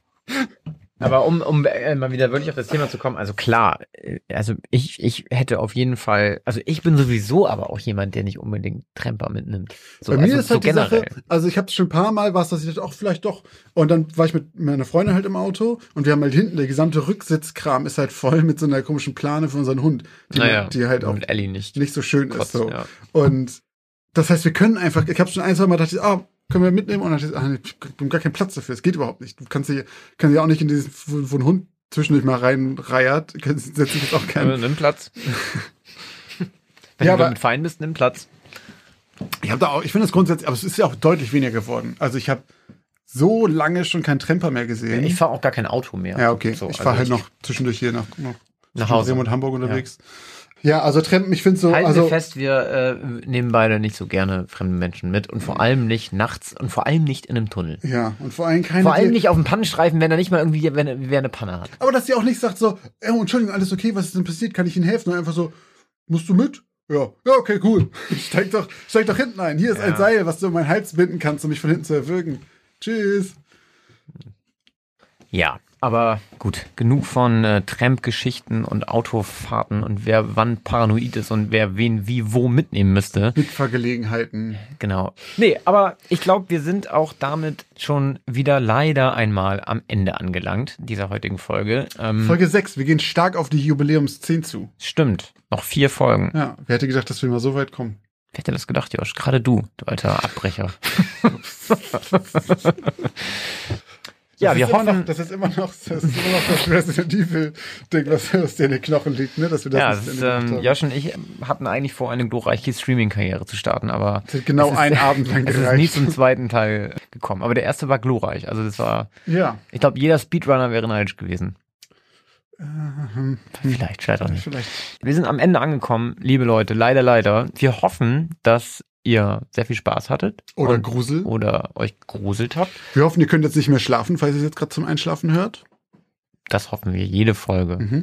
aber um, um äh, mal wieder wirklich auf das Thema zu kommen, also klar, äh, also ich, ich hätte auf jeden Fall, also ich bin sowieso aber auch jemand, der nicht unbedingt Tremper mitnimmt. So, Bei mir also ist halt so die Sache, generell. also ich habe es schon ein paar Mal, was, dass ich dachte, auch vielleicht doch. Und dann war ich mit meiner Freundin halt im Auto und wir haben halt hinten, der gesamte Rücksitzkram ist halt voll mit so einer komischen Plane für unseren Hund, die, Naja, die halt auch mit Ellie nicht. nicht so schön ist. Trotzdem, So. ja. Und das heißt, wir können einfach, ich habe schon ein, zwei Mal gedacht, ah, können wir mitnehmen? Und dann dachte ich, ah, nee, ich habe gar keinen Platz dafür, es geht überhaupt nicht. Du kannst ja kannst ja auch nicht in dieses, wo, wo ein Hund zwischendurch mal reinreiert, setze ich jetzt auch Ja, keinen. nimm Platz. Wenn Ja, du aber- damit fein bist, nimm Platz. Ich habe da auch, ich finde das grundsätzlich, aber es ist ja auch deutlich weniger geworden. Also ich habe so lange schon keinen Tremper mehr gesehen. Ich fahre auch gar kein Auto mehr. ja, okay. So, ich fahre also halt noch zwischendurch hier nach, nach, nach Hause. Bremen und Hamburg unterwegs. Ja, also Trempen, ich finde so, Halten also wir fest, wir äh, nehmen beide nicht so gerne fremde Menschen mit und vor allem nicht nachts und vor allem nicht in einem Tunnel. ja, und vor allem keine Vor allem die- nicht auf dem Pannenstreifen, wenn er nicht mal irgendwie wenn, er- wer eine Panne hat. Aber dass sie auch nicht sagt so, oh, Entschuldigung, alles okay, was ist denn passiert, kann ich Ihnen helfen? Und einfach so, musst du mit? Ja, ja, okay, cool. Steig doch, steig doch hinten ein. Hier ist Ja. ein Seil, was du um meinen Hals binden kannst, um mich von hinten zu erwürgen. Tschüss. Ja, aber gut, genug von äh, Tramp-Geschichten und Autofahrten und wer wann paranoid ist und wer wen wie wo mitnehmen müsste. Mitfahrgelegenheiten. Genau. Nee, aber ich glaube, wir sind auch damit schon wieder leider einmal am Ende angelangt, dieser heutigen Folge. Ähm, Folge sechs, wir gehen stark auf die Jubiläums zehn zu. Stimmt, noch vier Folgen. Ja, wer hätte gedacht, dass wir mal so weit kommen? Wer hätte das gedacht, Josh? Gerade du, du alter Abbrecher. Ja, das wir ist immer hoffen, Noch, das ist immer noch das, ist immer noch das Resident Evil-Ding, was aus dir in den Knochen liegt, ne? Dass wir das ja, nicht das zu ist, Ende gemacht ähm, haben. Josh und ich hatten eigentlich vor, eine glorreiche Streaming-Karriere zu starten, aber Das hat genau es ist- einen Abend lang es ist gereicht. nie zum zweiten Teil gekommen. Aber der erste war glorreich. Also das war, Ja. ich glaube, jeder Speedrunner wäre neidisch gewesen. Ähm, Vielleicht, vielleicht auch nicht. vielleicht. Wir sind am Ende angekommen, liebe Leute, leider, leider. Wir hoffen, dass ihr sehr viel Spaß hattet. Oder und, Grusel. Oder euch gegruselt habt. Wir hoffen, ihr könnt jetzt nicht mehr schlafen, falls ihr es jetzt gerade zum Einschlafen hört. Das hoffen wir jede Folge. Mhm.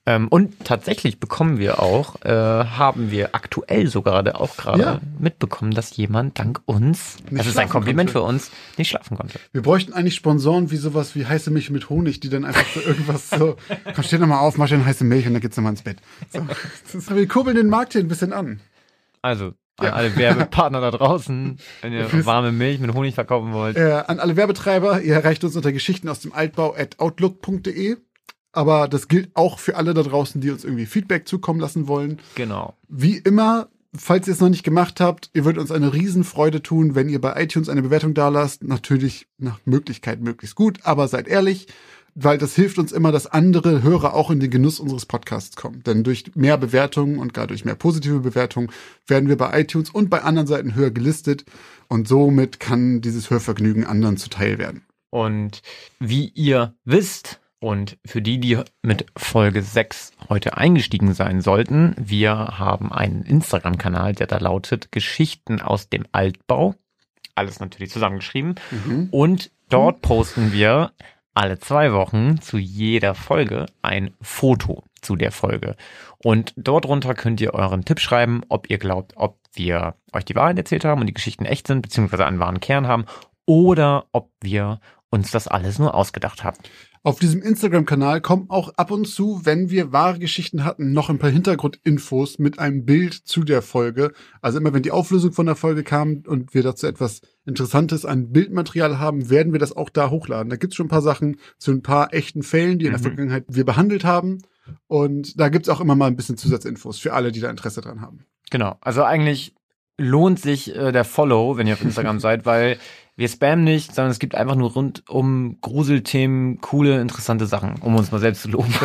Ähm, und tatsächlich bekommen wir auch, äh, haben wir aktuell sogar auch gerade Ja. mitbekommen, dass jemand dank uns, Nicht das ist ein schlafen Kompliment konnte. für uns, nicht schlafen konnte. Wir bräuchten eigentlich Sponsoren wie sowas wie heiße Milch mit Honig, die dann einfach so irgendwas so, komm, steh doch mal auf, mach dir eine heiße Milch und dann geht's nochmal ins Bett. So. Das ist, wir kurbeln den Markt hier ein bisschen an. Also, an Ja. alle Werbepartner da draußen, wenn ihr wisst- warme Milch mit Honig verkaufen wollt. Äh, an alle Werbetreiber, ihr erreicht uns unter Geschichten aus dem Altbau at outlook punkt de. Aber das gilt auch für alle da draußen, die uns irgendwie Feedback zukommen lassen wollen. Genau. Wie immer, falls ihr es noch nicht gemacht habt, ihr würdet uns eine Riesenfreude tun, wenn ihr bei iTunes eine Bewertung dalasst. Natürlich nach Möglichkeit möglichst gut, aber seid ehrlich, weil das hilft uns immer, dass andere Hörer auch in den Genuss unseres Podcasts kommen. Denn durch mehr Bewertungen und gar durch mehr positive Bewertungen werden wir bei iTunes und bei anderen Seiten höher gelistet. Und somit kann dieses Hörvergnügen anderen zuteil werden. Und wie ihr wisst, und für die, die mit Folge sechs heute eingestiegen sein sollten, wir haben einen Instagram-Kanal, der da lautet Geschichten aus dem Altbau. Alles natürlich zusammengeschrieben. Mhm. Und dort posten wir alle zwei Wochen zu jeder Folge ein Foto zu der Folge. Und dort drunter könnt ihr euren Tipp schreiben, ob ihr glaubt, ob wir euch die Wahrheit erzählt haben und die Geschichten echt sind, beziehungsweise einen wahren Kern haben, oder ob wir uns das alles nur ausgedacht haben. Auf diesem Instagram-Kanal kommen auch ab und zu, wenn wir wahre Geschichten hatten, noch ein paar Hintergrundinfos mit einem Bild zu der Folge. Also immer wenn die Auflösung von der Folge kam und wir dazu etwas Interessantes an Bildmaterial haben, werden wir das auch da hochladen. Da gibt's schon ein paar Sachen zu ein paar echten Fällen, die in der Mhm. Vergangenheit wir behandelt haben. Und da gibt's auch immer mal ein bisschen Zusatzinfos für alle, die da Interesse dran haben. Genau, also eigentlich lohnt sich äh, der Follow, wenn ihr auf Instagram seid, weil wir spammen nicht, sondern es gibt einfach nur rund um Gruselthemen coole, interessante Sachen, um uns mal selbst zu loben.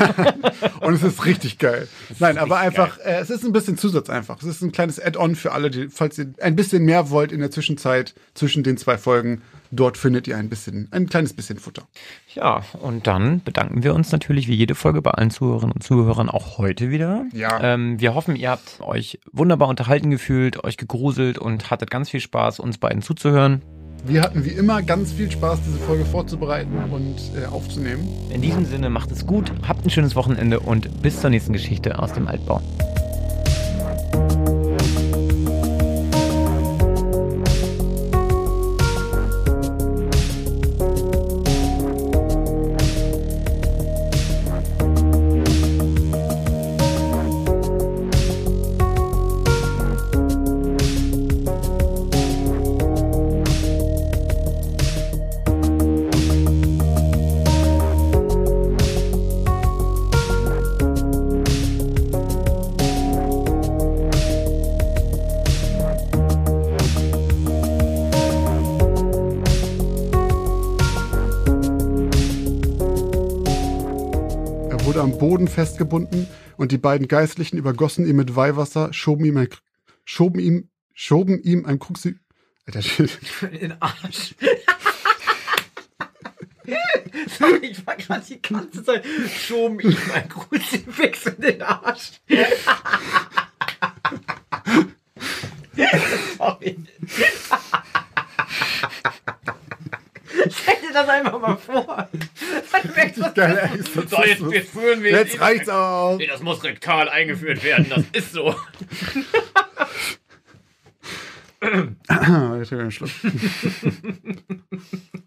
Und es ist richtig geil. Nein, aber richtig einfach, äh, es ist ein bisschen Zusatz einfach. Es ist ein kleines Add-on für alle, die, falls ihr ein bisschen mehr wollt in der Zwischenzeit zwischen den zwei Folgen. Dort findet ihr ein bisschen, ein kleines bisschen Futter. Ja, und dann bedanken wir uns natürlich wie jede Folge bei allen Zuhörerinnen und Zuhörern auch heute wieder. Ja. Ähm, wir hoffen, ihr habt euch wunderbar unterhalten gefühlt, euch gegruselt und hattet ganz viel Spaß, uns beiden zuzuhören. Wir hatten wie immer ganz viel Spaß, diese Folge vorzubereiten und äh, aufzunehmen. In diesem Sinne, macht es gut, habt ein schönes Wochenende und bis zur nächsten Geschichte aus dem Altbau. Er wurde am Boden festgebunden und die beiden Geistlichen übergossen ihn mit Weihwasser, schoben ihm ein, schoben ihm, schoben ihm ein Kruzifix. Alter, shit. In den Arsch. Sorry, ich war gerade die ganze Zeit schoben ihm ein Kruzifix in den Arsch. Sorry. Stell dir das einfach mal vor. Richtig geil, ey. Ist das So, jetzt, so- jetzt führen wir Jetzt reicht's auch. Nee, das muss rektal eingeführt werden, das ist so. Ah, ich hab einen Schluck.